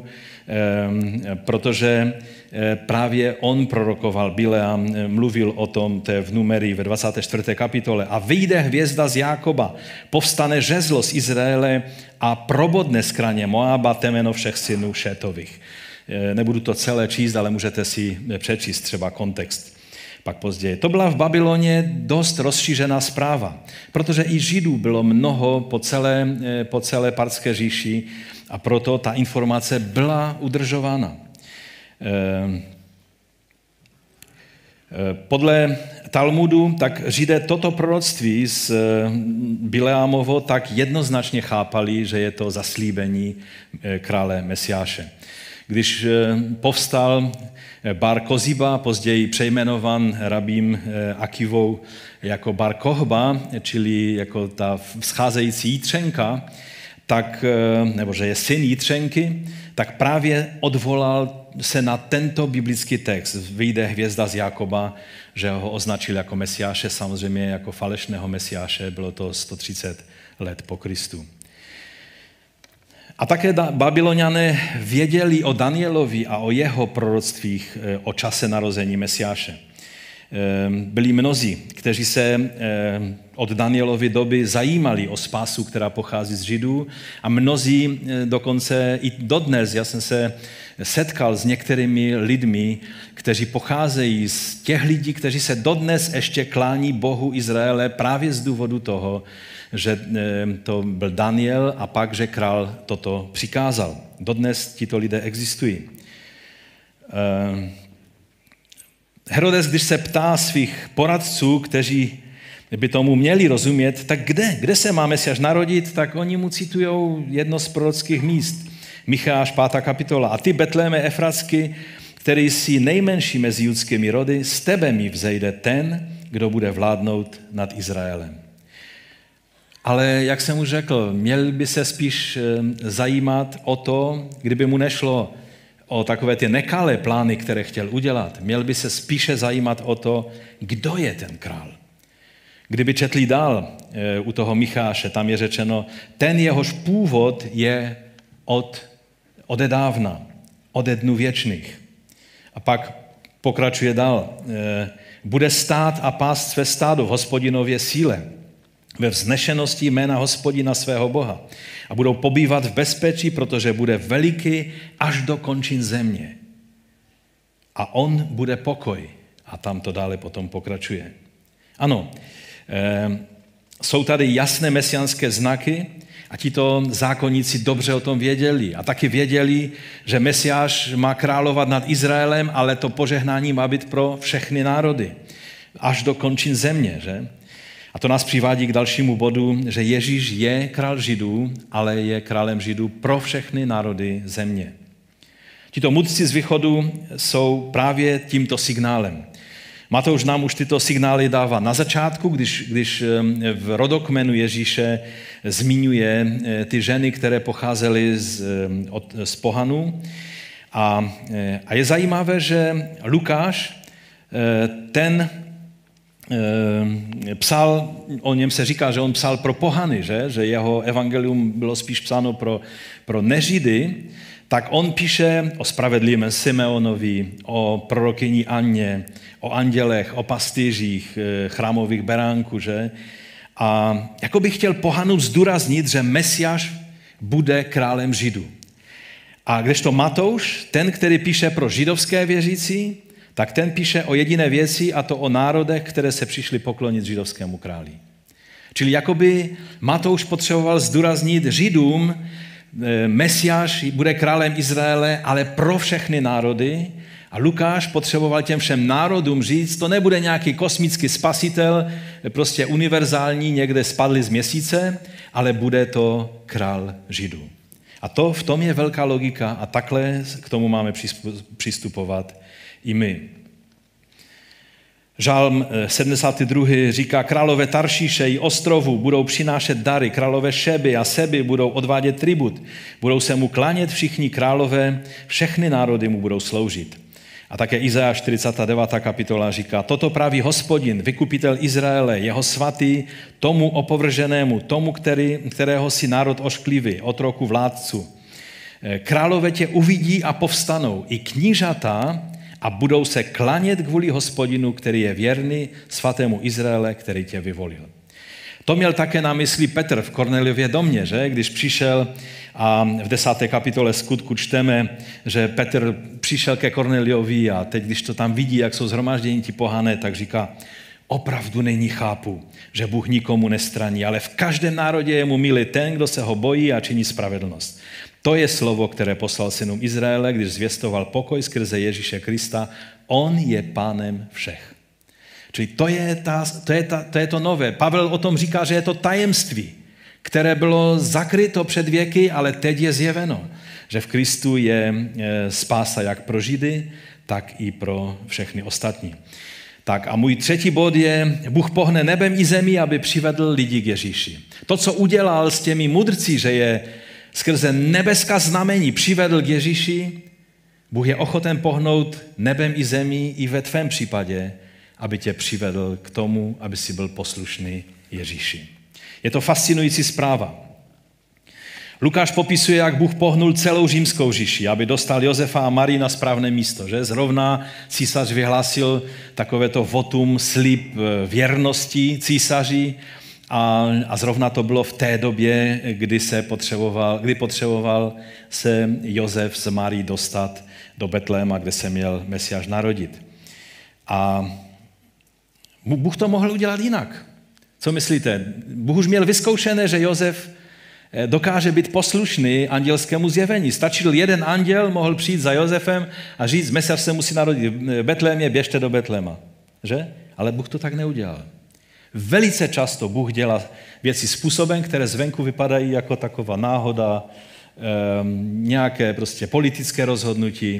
protože právě on prorokoval Bileam, mluvil o tom v Numerii ve dvacáté čtvrté kapitole. A vyjde hvězda z Jákoba, povstane žezlo z Izraele a probodne z kraně Moába temeno všech synů Šétových. Nebudu to celé číst, ale můžete si přečíst třeba kontext. Pak později. To byla v Babyloně dost rozšířená zpráva, protože i Židů bylo mnoho po celé, po celé partské říši a proto ta informace byla udržována. Podle Talmudu tak Židé toto proroctví z Bileámovo tak jednoznačně chápali, že je to zaslíbení krále Mesiáše. Když povstal Bar Koziba, později přejmenovan rabím Akivou jako Bar Kochba, čili jako ta vzcházející Jitřenka, tak, nebo že je syn Jitřenky, tak právě odvolal se na tento biblický text. Vyjde hvězda z Jakoba, že ho označil jako mesiáše, samozřejmě jako falešného mesiáše, bylo to sto třicet let po Kristu. A také Babyloniané věděli o Danielovi a o jeho proroctvích o čase narození Mesiáše. Byli mnozí, kteří se od Danielovy doby zajímali o spásu, která pochází z Židů, a mnozí dokonce i dodnes, já jsem se setkal s některými lidmi, kteří pocházejí z těch lidí, kteří se dodnes ještě klání Bohu Izraele právě z důvodu toho, že to byl Daniel a pak, že král toto přikázal. Dodnes tito lidé existují. Herodes, když se ptá svých poradců, kteří by tomu měli rozumět, tak kde? Kde se má Mesiáš narodit? Tak oni mu citují jedno z prorockých míst. Micháš, pátá kapitola. A ty, Betléme Efratsky, který jsi nejmenší mezi judskými rody, z tebe mi vzejde ten, kdo bude vládnout nad Izraelem. Ale jak jsem už řekl, měl by se spíš zajímat o to, kdyby mu nešlo o takové ty nekalé plány, které chtěl udělat. Měl by se spíše zajímat o to, kdo je ten král. Kdyby četli dál u toho Micháše, tam je řečeno, ten jehož původ je od, odedávna, ode dnů věčných. A pak pokračuje dál. Bude stát a pást své stádo v Hospodinově síle, ve vznešenosti jména Hospodina svého Boha. A budou pobývat v bezpečí, protože bude veliký až do končin země. A on bude pokoj. A tam to dále potom pokračuje. Ano, e, jsou tady jasné mesiánské znaky a tito zákonníci dobře o tom věděli. A taky věděli, že Mesiáš má královat nad Izraelem, ale to požehnání má být pro všechny národy. Až do končin země, že? A to nás přivádí k dalšímu bodu, že Ježíš je král Židů, ale je králem Židů pro všechny národy země. Tito mudrci z východu jsou právě tímto signálem. Matouš nám už tyto signály dává na začátku, když, když v rodokmenu Ježíše zmiňuje ty ženy, které pocházely z, od, z pohanů. A, a je zajímavé, že Lukáš ten psal, o něm se říká, že on psal pro pohany, že, že jeho evangelium bylo spíš psáno pro, pro nežidy, tak on píše o spravedlivém Simeonovi, o prorokyni Anně, o andělech, o pastýřích, chrámových beránků, že? A jako by chtěl pohanům zdůraznit, že Mesiáš bude králem Židů. A kdežto Matouš, ten, který píše pro židovské věřící, tak ten píše o jediné věci, a to o národech, které se přišly poklonit židovskému králi. Čili jakoby Matouš potřeboval zdůraznit Židům, Mesiáš bude králem Izraele, ale pro všechny národy. A Lukáš potřeboval těm všem národům říct, to nebude nějaký kosmický spasitel, prostě univerzální, někde spadli z měsíce, ale bude to král Židů. A to v tom je velká logika a takhle k tomu máme přistupovat i my. Žálm sedmdesátý druhý říká, králové Taršíše i ostrovů budou přinášet dary, králové Šeby a Seby budou odvádět tribut, budou se mu klánět všichni králové, všechny národy mu budou sloužit. A také Izajáš čtyřicátá devátá kapitola říká, toto praví Hospodin, vykupitel Izraele, jeho svatý, tomu opovrženému, tomu, který, kterého si národ ošklivý, otroku vládcu. Králové tě uvidí a povstanou, i knížata, a budou se klanět kvůli Hospodinu, který je věrný svatému Izraele, který tě vyvolil. To měl také na mysli Petr v Korneliově domě, že? Když přišel a v desáté kapitole Skutku čteme, že Petr přišel ke Korneliovi a teď, když to tam vidí, jak jsou shromážděni ti pohané, tak říká, opravdu není chápu, že Bůh nikomu nestraní, ale v každém národě je mu milý ten, kdo se ho bojí a činí spravedlnost. To je slovo, které poslal synům Izraele, když zvěstoval pokoj skrze Ježíše Krista. On je pánem všech. Čili to je, ta, to, je ta, to je to nové. Pavel o tom říká, že je to tajemství, které bylo zakryto před věky, ale teď je zjeveno. že v Kristu je spása jak pro Židy, tak i pro všechny ostatní. Tak a můj třetí bod je, Bůh pohne nebem i zemí, aby přivedl lidi k Ježíši. To, co udělal s těmi mudrci, že je skrze nebeská znamení přivedl k Ježíši, Bůh je ochoten pohnout nebem i zemí i ve tvém případě, aby tě přivedl k tomu, aby si byl poslušný Ježíši. Je to fascinující zpráva. Lukáš popisuje, jak Bůh pohnul celou římskou říši, aby dostal Josefa a Marii na správné místo. Že? Zrovna císař vyhlásil takovéto votum, slib věrnosti císaři a, a zrovna to bylo v té době, kdy, se potřeboval, kdy potřeboval se Josef z Marii dostat do Betléma, kde se měl Mesiáš narodit. A Bůh to mohl udělat jinak. Co myslíte? Bůh už měl vyzkoušené, že Josef dokáže být poslušný andělskému zjevení. Stačil jeden anděl, mohl přijít za Josefem a říct, Mesiáš se musí narodit v Betlémě, běžte do Betléma. Že? Ale Bůh to tak neudělal. Velice často Bůh dělá věci způsobem, které zvenku vypadají jako taková náhoda, nějaké prostě politické rozhodnutí.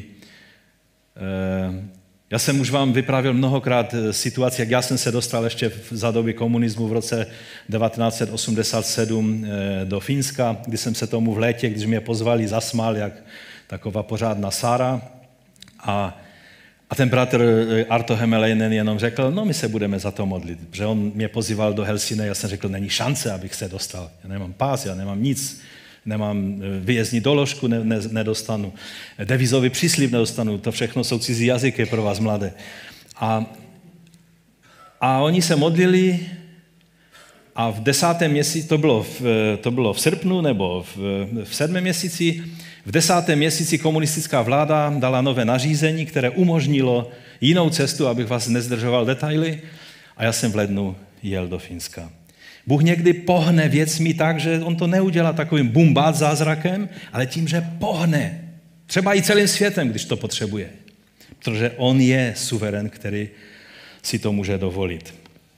Já jsem už vám vyprávěl mnohokrát situaci, jak já jsem se dostal ještě za doby komunismu v roce devatenáct set osmdesát sedm do Finska, kdy jsem se tomu v létě, když mě pozvali, zasmál, jak taková pořádná Sára. A, a ten bratr Arto Hemeleinen jenom řekl, no my se budeme za to modlit, protože on mě pozýval do Helsinek, já jsem řekl, není šance, abych se dostal. Já nemám pás, já nemám nic. Nemám výjezdní doložku, ne, ne, nedostanu. Devizový příslib nedostanu. To všechno jsou cizí jazyky pro vás mladé. A, a oni se modlili a v desátém měsíci, to bylo v, to bylo v srpnu nebo v, v sedmém měsíci, v desátém měsíci komunistická vláda dala nové nařízení, které umožnilo jinou cestu, abych vás nezdržoval detaily. A já jsem v lednu jel do Finska. Bůh někdy pohne věcmi tak, že on to neudělá takovým bumbát zázrakem, ale tím, že pohne. Třeba i celým světem, když to potřebuje. Protože on je suverén, který si to může dovolit.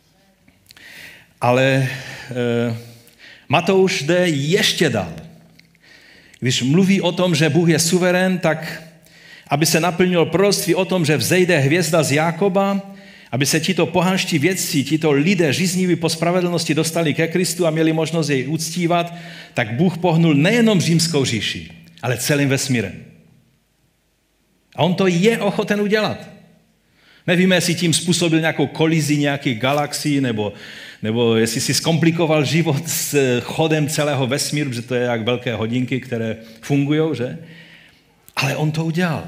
Ale e, Matouš jde ještě dál. Když mluví o tom, že Bůh je suverén, tak aby se naplnilo proroctví o tom, že vzejde hvězda z Jákoba, aby se tito pohanští vědci, tito lidé žízniví po spravedlnosti dostali ke Kristu a měli možnost jej uctívat, tak Bůh pohnul nejenom římskou říši, ale celým vesmírem. A on to je ochoten udělat. Nevíme, jestli tím způsobil nějakou kolizi nějakých galaxií, nebo, nebo jestli si zkomplikoval život s chodem celého vesmíru, protože to je jak velké hodinky, které fungují, že? Ale on to udělal.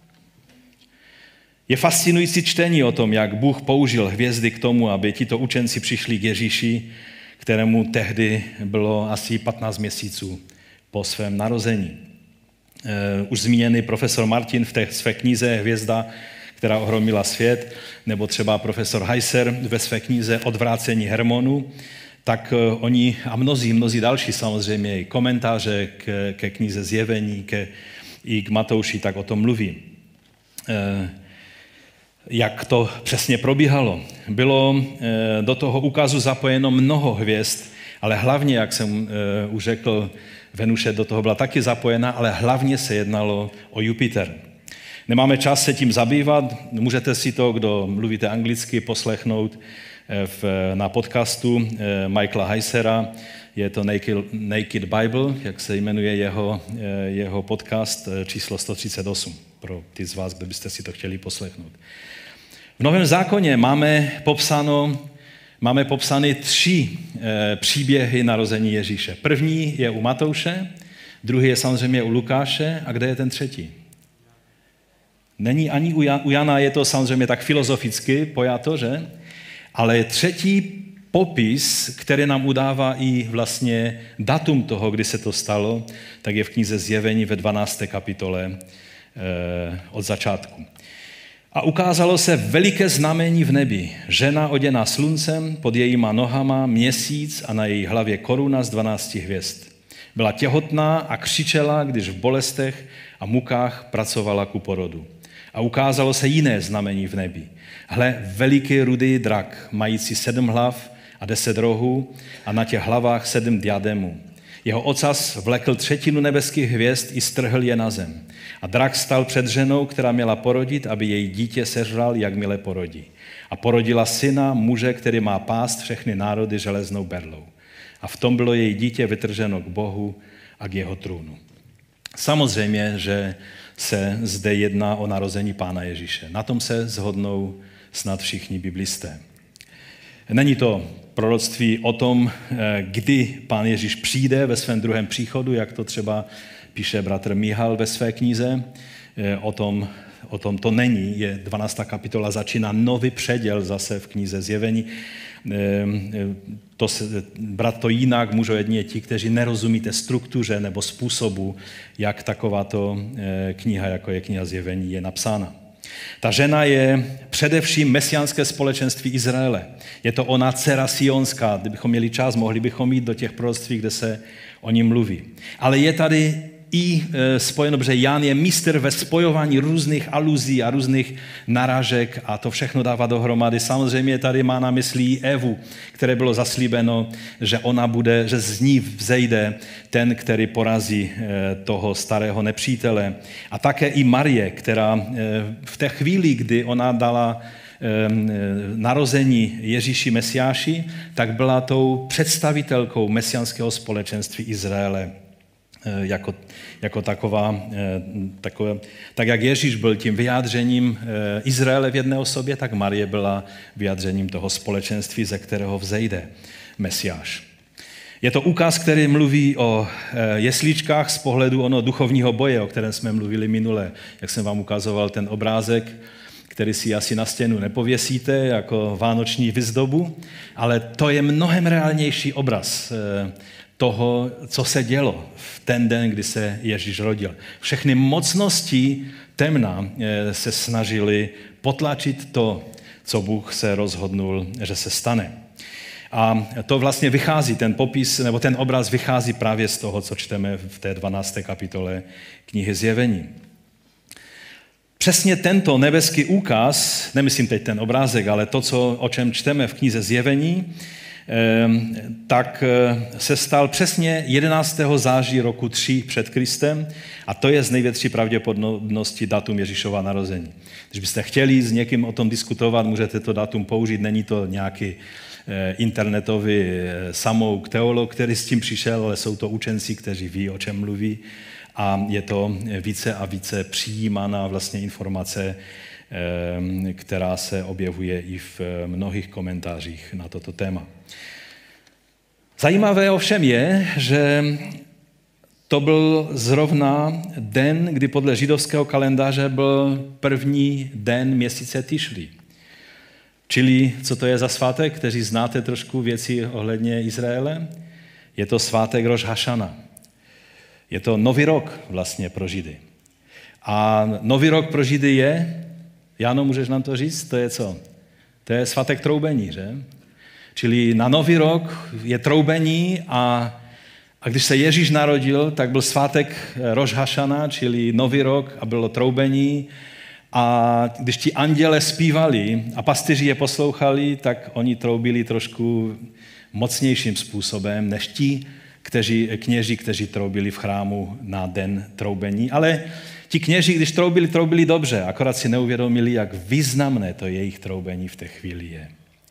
Je fascinující čtení o tom, jak Bůh použil hvězdy k tomu, aby tito učenci přišli k Ježíši, kterému tehdy bylo asi patnáct měsíců po svém narození. Už zmíněný profesor Martin v té své knize Hvězda, která ohromila svět, nebo třeba profesor Heiser ve své knize Odvrácení Hermonů, tak oni a mnozí, mnozí další samozřejmě i komentáře k, ke knize Zjevení, ke, i k Matouši, tak o tom mluví. Jak to přesně probíhalo. Bylo do toho ukazu zapojeno mnoho hvězd, ale hlavně, jak jsem už řekl, Venuše do toho byla taky zapojena, ale hlavně se jednalo o Jupiter. Nemáme čas se tím zabývat, můžete si to, kdo mluvíte anglicky, poslechnout v, na podcastu Michaela Heisera. Je to Naked, Naked Bible, jak se jmenuje jeho, jeho podcast, číslo sto třicet osm, pro ty z vás, kdo byste si to chtěli poslechnout. V Novém zákoně máme popsáno, máme popsány tři e, příběhy narození Ježíše. První je u Matouše, druhý je samozřejmě u Lukáše, a kde je ten třetí? Není ani u, Jan, u Jana, je to samozřejmě tak filozoficky pojato, že? Ale třetí popis, který nám udává i vlastně datum toho, kdy se to stalo, tak je v knize Zjevení ve dvanácté kapitole e, od začátku. A ukázalo se veliké znamení v nebi. Žena oděná sluncem, pod jejíma nohama měsíc a na její hlavě koruna z dvanácti hvězd. Byla těhotná a křičela, když v bolestech a mukách pracovala ku porodu. A ukázalo se jiné znamení v nebi. Hle, veliký rudý drak, mající sedm hlav a deset rohů a na těch hlavách sedm diademů. Jeho ocas vlekl třetinu nebeských hvězd i strhl je na zem. A drak stal před ženou, která měla porodit, aby její dítě sežral, jakmile porodí. A porodila syna, muže, který má pást všechny národy železnou berlou. A v tom bylo její dítě vytrženo k Bohu a k jeho trůnu. Samozřejmě, že se zde jedná o narození Pána Ježíše. Na tom se shodnou snad všichni biblisté. Není to proroctví o tom, kdy Pán Ježíš přijde ve svém druhém příchodu, jak to třeba píše bratr Michal ve své knize. O tom, o tom to není. Je dvanáctá kapitola, začíná nový předěl zase v knize Zjevení. To se, brat to jinak můžou jedině ti, kteří nerozumí té struktuře nebo způsobu, jak takováto kniha, jako je kniha Zjevení, je napsána. Ta žena je především mesiánské společenství Izraele. Je to ona dcera Sionská. Kdybychom měli čas, mohli bychom jít do těch proroctví, kde se o ní mluví. Ale je tady i spojeno, protože Jan je mistr ve spojování různých aluzí a různých narážek a to všechno dává dohromady. Samozřejmě tady má na mysli Evu, které bylo zaslíbeno, že ona bude, že z ní vzejde ten, který porazí toho starého nepřítele. A také i Marie, která v té chvíli, kdy ona dala narození Ježíši Mesiáši, tak byla tou představitelkou mesiánského společenství Izraele. Jako, jako taková, takové, tak jak Ježíš byl tím vyjádřením Izraele v jedné osobě, tak Marie byla vyjádřením toho společenství, ze kterého vzejde Mesiáš. Je to ukaz, který mluví o jesličkách z pohledu ono duchovního boje, o kterém jsme mluvili minule, jak jsem vám ukazoval ten obrázek, který si asi na stěnu nepověsíte jako vánoční vyzdobu, ale to je mnohem reálnější obraz toho, co se dělo v ten den, kdy se Ježíš rodil. Všechny mocnosti temna se snažili potlačit to, co Bůh se rozhodnul, že se stane. A to vlastně vychází, ten popis, nebo ten obraz vychází právě z toho, co čteme v té dvanácté kapitole knihy Zjevení. Přesně tento nebeský úkaz, nemyslím teď ten obrázek, ale to, co, o čem čteme v knize Zjevení, tak se stal přesně jedenáctého září roku tři před Kristem a to je z největší pravděpodobnosti datum Ježíšova narození. Když byste chtěli s někým o tom diskutovat, můžete to datum použít, není to nějaký internetový samouk teolog, který s tím přišel, ale jsou to učenci, kteří ví, o čem mluví a je to více a více přijímaná vlastně informace, která se objevuje i v mnohých komentářích na toto téma. Zajímavé ovšem je, že to byl zrovna den, kdy podle židovského kalendáře byl první den měsíce Tišri. Čili, co to je za svátek, kteří znáte trošku věci ohledně Izraele? Je to svátek Roš Hašana. Je to nový rok vlastně pro Židy. A nový rok pro Židy je, Jano, můžeš nám to říct? To je co? To je svátek troubení, že? Čili na nový rok je troubení a, a když se Ježíš narodil, tak byl svátek Roš Hašana, čili nový rok a bylo troubení. A když ti anděle zpívali a pastýři je poslouchali, tak oni troubili trošku mocnějším způsobem než ti, kteří, kněži, kteří troubili v chrámu na den troubení. Ale ti kněži, když troubili, troubili dobře, akorát si neuvědomili, jak významné to jejich troubení v té chvíli je.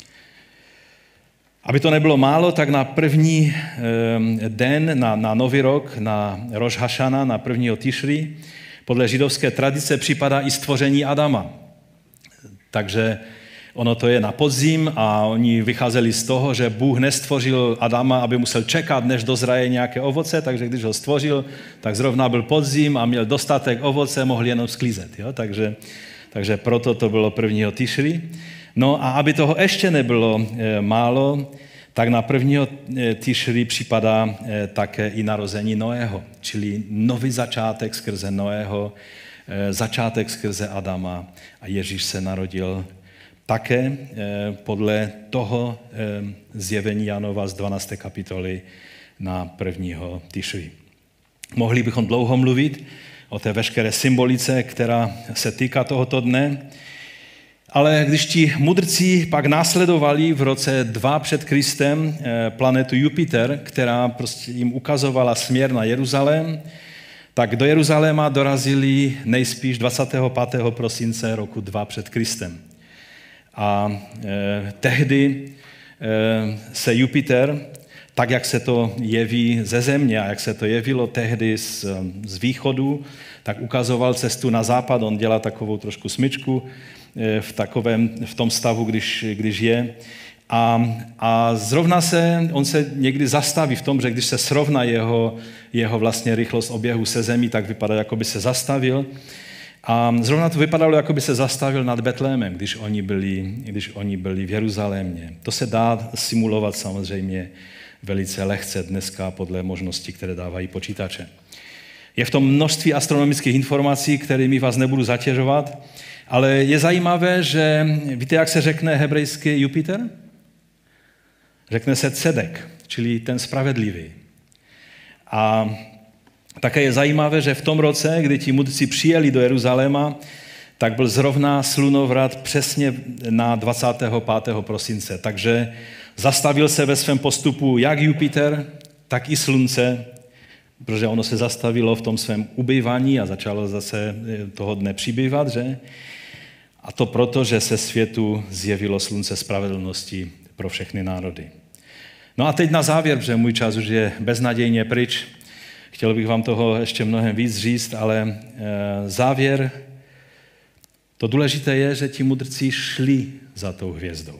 Aby to nebylo málo, tak na první den, na, na nový rok, na Roš Hašana, na prvního Tišri, podle židovské tradice připadá i stvoření Adama. Takže ono to je na podzim a oni vycházeli z toho, že Bůh nestvořil Adama, aby musel čekat, než dozraje nějaké ovoce, takže když ho stvořil, tak zrovna byl podzim a měl dostatek ovoce, mohl jenom sklízet. Jo? Takže, takže proto to bylo prvního Tišri. No a aby toho ještě nebylo e, málo, tak na prvního Tišri připadá e, také i narození Noého, čili nový začátek skrze Noého, e, začátek skrze Adama a Ježíš se narodil také e, podle toho e, zjevení Janova z dvanácté kapitoly na prvního Tišri. Mohli bychom dlouho mluvit o té veškeré symbolice, která se týká tohoto dne, Ale když ti mudrci pak následovali v roce dva před Kristem planetu Jupiter, která prostě jim ukazovala směr na Jeruzalém, tak do Jeruzaléma dorazili nejspíš dvacátého pátého prosince roku dva před Kristem. A eh, tehdy eh, se Jupiter, tak jak se to jeví ze země a jak se to jevilo tehdy z, z východu, tak ukazoval cestu na západ, on dělá takovou trošku smyčku eh, v, takovém, v tom stavu, když, když je. A, a zrovna se, on se někdy zastaví v tom, že když se srovná jeho, jeho vlastně rychlost oběhu se zemí, tak vypadá, jako by se zastavil. A zrovna to vypadalo, jako by se zastavil nad Betlémem, když oni byli, když oni byli v Jeruzalémě. To se dá simulovat samozřejmě velice lehce dneska podle možností, které dávají počítače. Je v tom množství astronomických informací, kterými vás nebudu zatěžovat, ale je zajímavé, že víte, jak se řekne hebrejský Jupiter? Řekne se Cedek, čili ten spravedlivý. A také je zajímavé, že v tom roce, kdy ti mudrci přijeli do Jeruzaléma, tak byl zrovna slunovrat přesně na dvacátého pátého prosince. Takže zastavil se ve svém postupu jak Jupiter, tak i slunce, protože ono se zastavilo v tom svém ubývání a začalo zase toho dne přibývat, že? A to proto, že se světu zjevilo slunce spravedlnosti pro všechny národy. No a teď na závěr, protože můj čas už je beznadějně pryč, chtěl bych vám toho ještě mnohem víc říct, ale e, závěr, to důležité je, že ti mudrci šli za tou hvězdou.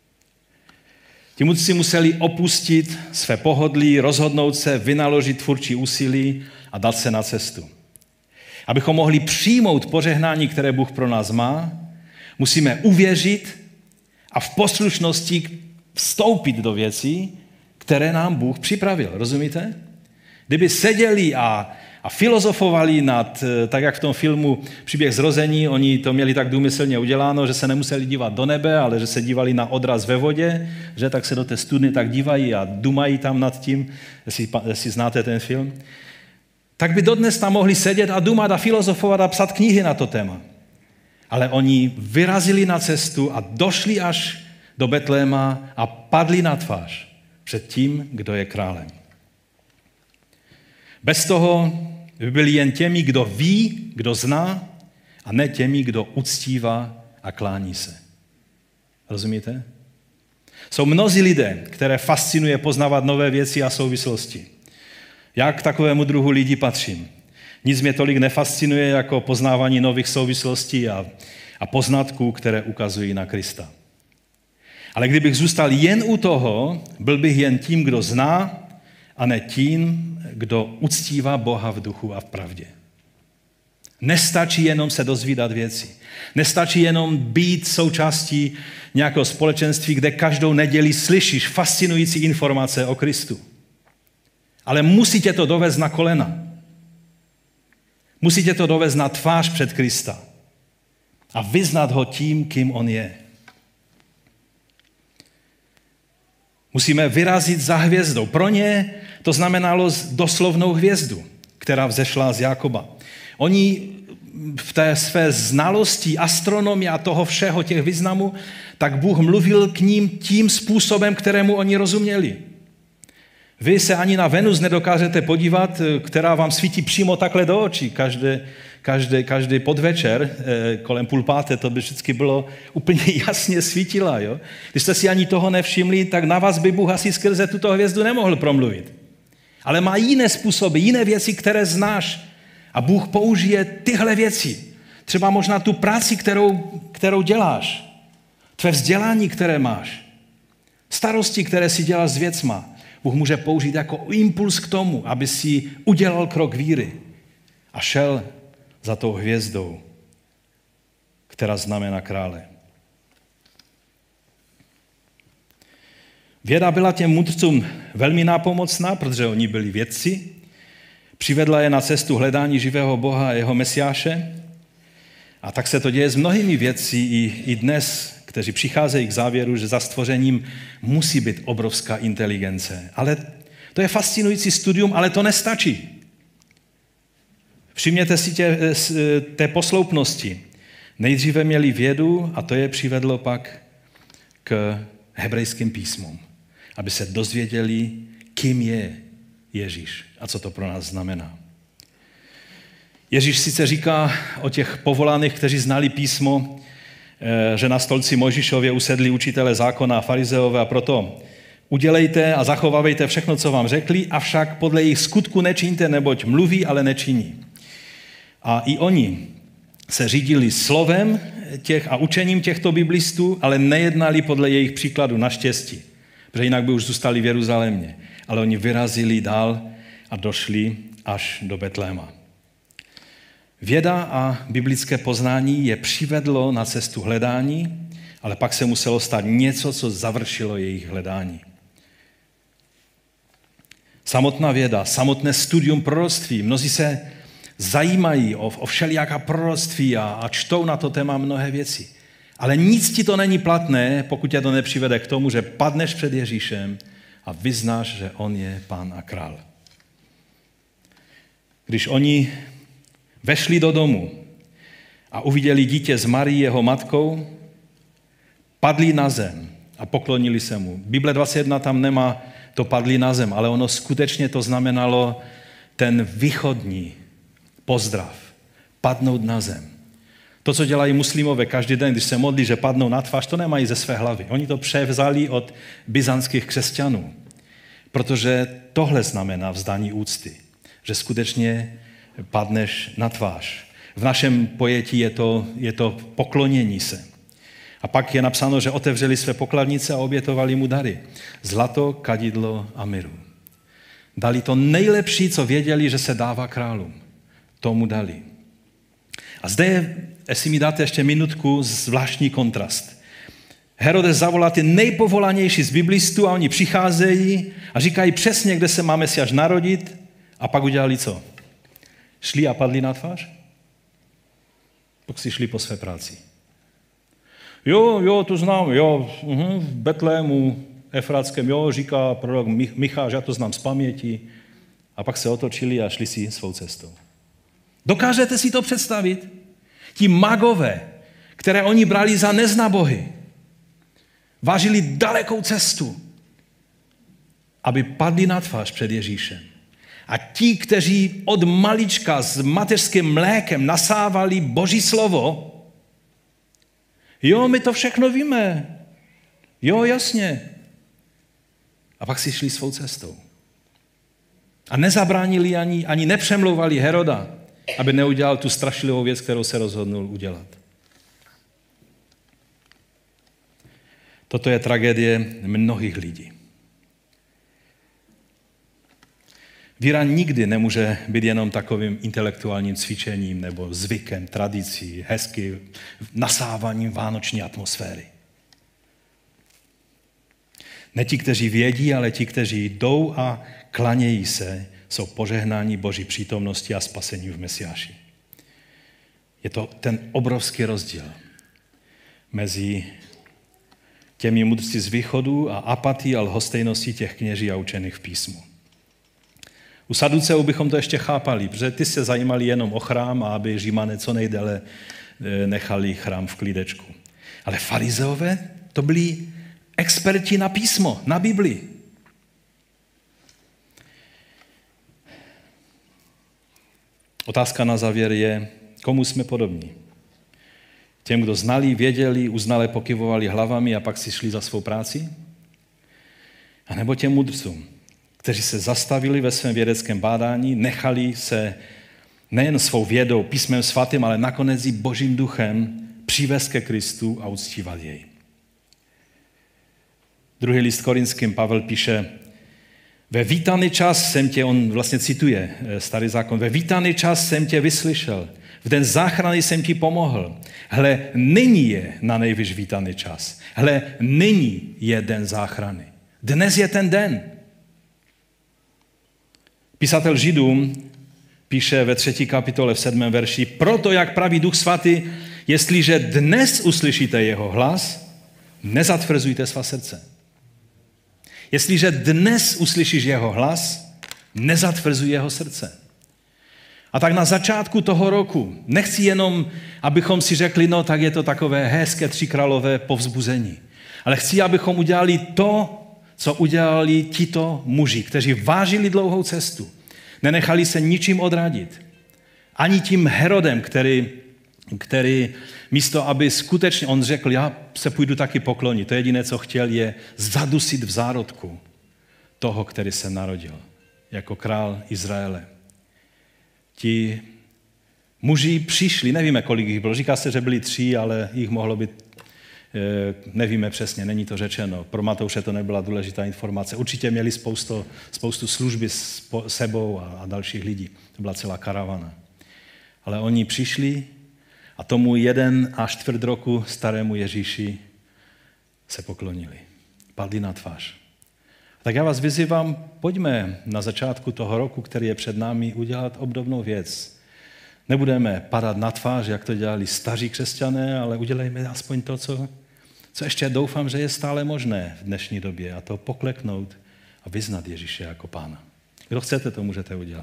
Ti mudrci museli opustit své pohodlí, rozhodnout se, vynaložit tvůrčí úsilí a dát se na cestu. Abychom mohli přijmout požehnání, které Bůh pro nás má, musíme uvěřit a v poslušnosti vstoupit do věcí, které nám Bůh připravil. Rozumíte? Kdyby seděli a, a filozofovali nad, tak jak v tom filmu Příběh zrození, oni to měli tak důmyslně uděláno, že se nemuseli dívat do nebe, ale že se dívali na odraz ve vodě, že tak se do té studny tak dívají a dumají tam nad tím, jestli, jestli znáte ten film, tak by dodnes tam mohli sedět a dumat a filozofovat a psat knihy na to téma. Ale oni vyrazili na cestu a došli až do Betléma a padli na tvář před tím, kdo je králem. Bez toho by byli jen těmi, kdo ví, kdo zná, a ne těmi, kdo uctívá a klání se. Rozumíte? Jsou mnozí lidé, které fascinuje poznávat nové věci a souvislosti. Já k takovému druhu lidí patřím. Nic mě tolik nefascinuje jako poznávání nových souvislostí a, a poznatků, které ukazují na Krista. Ale kdybych zůstal jen u toho, byl bych jen tím, kdo zná, a ne tím, kdo uctívá Boha v duchu a v pravdě. Nestačí jenom se dozvídat věci. Nestačí jenom být součástí nějakého společenství, kde každou neděli slyšíš fascinující informace o Kristu. Ale musí tě to dovést na kolena. Musí tě to dovést na tvář před Krista a vyznat ho tím, kým on je. Musíme vyrazit za hvězdou. Pro ně to znamenalo doslovnou hvězdu, která vzešla z Jákoba. Oni v té své znalosti astronomie a toho všeho, těch významů, tak Bůh mluvil k ním tím způsobem, kterému oni rozuměli. Vy se ani na Venus nedokážete podívat, která vám svítí přímo takhle do očí. Každý, každý, každý podvečer kolem půl páté to by vždycky bylo úplně jasně svítila. Jo? Když jste si ani toho nevšimli, tak na vás by Bůh asi skrze tuto hvězdu nemohl promluvit. Ale má jiné způsoby, jiné věci, které znáš. A Bůh použije tyhle věci. Třeba možná tu práci, kterou, kterou děláš. Tvé vzdělání, které máš. Starosti, které si děláš s věcma. Bůh může použít jako impuls k tomu, aby si udělal krok víry a šel za tou hvězdou, která znamená krále. Věda byla těm mudrcům velmi nápomocná, protože oni byli vědci. Přivedla je na cestu hledání živého Boha a jeho Mesiáše. A tak se to děje s mnohými vědci i, i dnes, kteří přicházejí k závěru, že za stvořením musí být obrovská inteligence. Ale to je fascinující studium, ale to nestačí. Všimněte si tě, té posloupnosti. Nejdříve měli vědu a to je přivedlo pak k hebrejským písmům, aby se dozvěděli, kým je Ježíš a co to pro nás znamená. Ježíš sice říká o těch povolaných, kteří znali písmo, že na stolci Mojžíšově usedli učitelé zákona a farizeové a proto udělejte a zachovávejte všechno, co vám řekli, avšak podle jejich skutku nečiňte, neboť mluví, ale nečiní. A i oni se řídili slovem těch a učením těchto biblistů, ale nejednali podle jejich příkladu, naštěstí, protože jinak by už zůstali v Jeruzalémě. Ale oni vyrazili dál a došli až do Betléma. Věda a biblické poznání je přivedlo na cestu hledání, ale pak se muselo stát něco, co završilo jejich hledání. Samotná věda, samotné studium proroctví. Mnozí se zajímají o, o všelijaká proroctví a, a čtou na to téma mnohé věci. Ale nic ti to není platné, pokud tě to nepřivede k tomu, že padneš před Ježíšem a vyznáš, že on je Pán a král. Když oni vešli do domu a uviděli dítě s Marií, jeho matkou, padli na zem a poklonili se mu. Bible dvacet jedna tam nemá to padli na zem, ale ono skutečně to znamenalo ten východní pozdrav. Padnout na zem. To, co dělají muslimové každý den, když se modlí, že padnou na tvář, to nemají ze své hlavy. Oni to převzali od byzantských křesťanů. Protože tohle znamená vzdání úcty. Že skutečně padneš na tvář. V našem pojetí je to, je to poklonění se. A pak je napsáno, že otevřeli své pokladnice a obětovali mu dary. Zlato, kadidlo a miru. Dali to nejlepší, co věděli, že se dává králům. Tomu dali. A zde je, jestli mi dáte ještě minutku, zvláštní kontrast. Herodes zavolá ty nejpovolanější z biblistů a oni přicházejí a říkají přesně, kde se má Mesiáš narodit a pak udělali co? Šli a padli na tvář? Pak si šli po své práci. Jo, jo, to znám, jo, uh-huh, v Betlému Efratském, jo, říká prorok Micháš, já to znám z paměti. A pak se otočili a šli si svou cestou. Dokážete si to představit? Ti magové, které oni brali za neznabohy, vážili dalekou cestu, aby padli na tvář před Ježíšem. A ti, kteří od malička s mateřským mlékem nasávali Boží slovo, jo, my to všechno víme. Jo, jasně. A pak si šli svou cestou. A nezabránili ani, ani nepřemlouvali Heroda, aby neudělal tu strašlivou věc, kterou se rozhodnul udělat. Toto je tragédie mnohých lidí. Víra nikdy nemůže být jenom takovým intelektuálním cvičením nebo zvykem, tradicí, hezky nasáváním vánoční atmosféry. Ne ti, kteří vědí, ale ti, kteří jdou a klanějí se, jsou požehnáni Boží přítomnosti a spasení v Mesiáši. Je to ten obrovský rozdíl mezi těmi mudrci z východu a apatí a lhostejností těch kněží a učených v písmu. U Saduceů bychom to ještě chápali, protože ty se zajímali jenom o chrám a aby Římané co nejdéle nechali chrám v klídečku. Ale farizeové to byli experti na písmo, na Bibli. Otázka na závěr je, komu jsme podobní? Těm, kdo znali, věděli, uznale pokyvovali hlavami a pak si šli za svou práci? A nebo těm mudrcům, kteří se zastavili ve svém vědeckém bádání, nechali se nejen svou vědou, písmem svatým, ale nakonec i Božím duchem přivést ke Kristu a uctívat jej. Druhý list Korinským Pavel píše, ve vítaný čas jsem tě, on vlastně cituje starý zákon, ve vítaný čas jsem tě vyslyšel, v den záchrany jsem ti pomohl. Hle, nyní je na nejvyš vítaný čas. Hle, nyní je den záchrany. Dnes je ten den. Písatel Židům píše ve třetí kapitole v sedmém verši, proto, jak praví Duch Svatý, jestliže dnes uslyšíte jeho hlas, nezatvrzujte svá srdce. Jestliže dnes uslyšíš jeho hlas, nezatvrzuj jeho srdce. A tak na začátku toho roku, nechci jenom, abychom si řekli, no tak je to takové hezké tříkrálové povzbuzení, ale chci, abychom udělali to, co udělali tito muži, kteří vážili dlouhou cestu. Nenechali se ničím odradit. Ani tím Herodem, který, který místo, aby skutečně on řekl, já se půjdu taky poklonit. To jediné, co chtěl, je zadusit v zárodku toho, který se narodil jako král Izraele. Ti muži přišli, nevíme, kolik jich bylo. Říká se, že byli tři, ale jich mohlo být, nevíme přesně, není to řečeno. Pro Matouše to nebyla důležitá informace. Určitě měli spoustu, spoustu služby s sebou a, a dalších lidí. To byla celá karavana. Ale oni přišli a tomu jeden a čtvrt roku starému Ježíši se poklonili. Padli na tvář. Tak já vás vyzývám, pojďme na začátku toho roku, který je před námi, udělat obdobnou věc. Nebudeme padat na tvář, jak to dělali staří křesťané, ale udělejme aspoň to, co, co ještě doufám, že je stále možné v dnešní době, a to pokleknout a vyznat Ježíše jako Pána. Kdo chcete, to můžete udělat.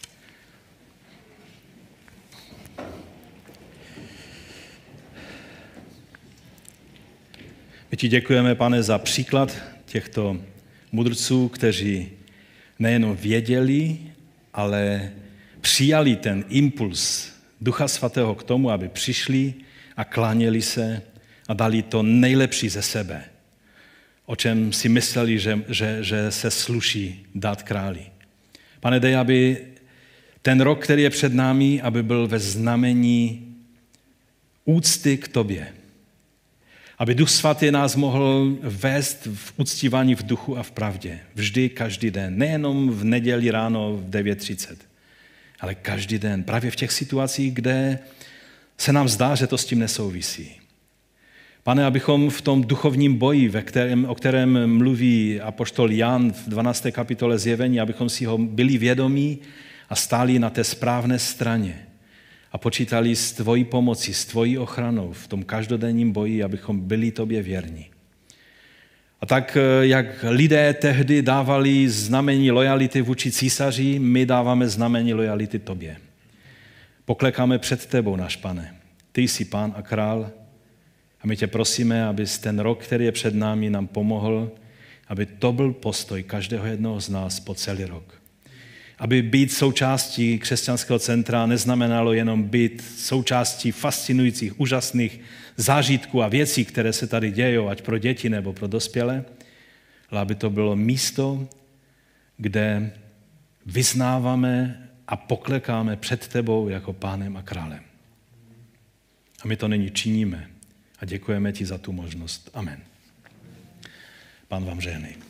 My ti děkujeme, Pane, za příklad těchto mudrců, kteří nejenom věděli, ale přijali ten impuls Ducha Svatého k tomu, aby přišli a kláněli se a dali to nejlepší ze sebe, o čem si mysleli, že, že, že se sluší dát králi. Pane, dej, aby ten rok, který je před námi, aby byl ve znamení úcty k tobě. Aby Duch Svatý nás mohl vést v uctívání v duchu a v pravdě. Vždy, každý den. Nejenom v neděli ráno v devět třicet, ale každý den. Právě v těch situacích, kde se nám zdá, že to s tím nesouvisí. Pane, abychom v tom duchovním boji, ve kterém, o kterém mluví apoštol Jan v dvanácté kapitole Zjevení, abychom si ho byli vědomí a stáli na té správné straně. A počítali s tvojí pomocí, s tvojí ochranou v tom každodenním boji, abychom byli tobě věrní. A tak, jak lidé tehdy dávali znamení lojality vůči císaři, my dáváme znamení lojality tobě. Poklekáme před tebou, náš Pane. Ty jsi Pán a král a my tě prosíme, abys ten rok, který je před námi, nám pomohl, aby to byl postoj každého jednoho z nás po celý rok. Aby být součástí křesťanského centra neznamenalo jenom být součástí fascinujících, úžasných zážitků a věcí, které se tady dějou, ať pro děti nebo pro dospělé, ale aby to bylo místo, kde vyznáváme a poklekáme před tebou jako Pánem a králem. A my to nyní činíme a děkujeme ti za tu možnost. Amen. Pán vám žehnej.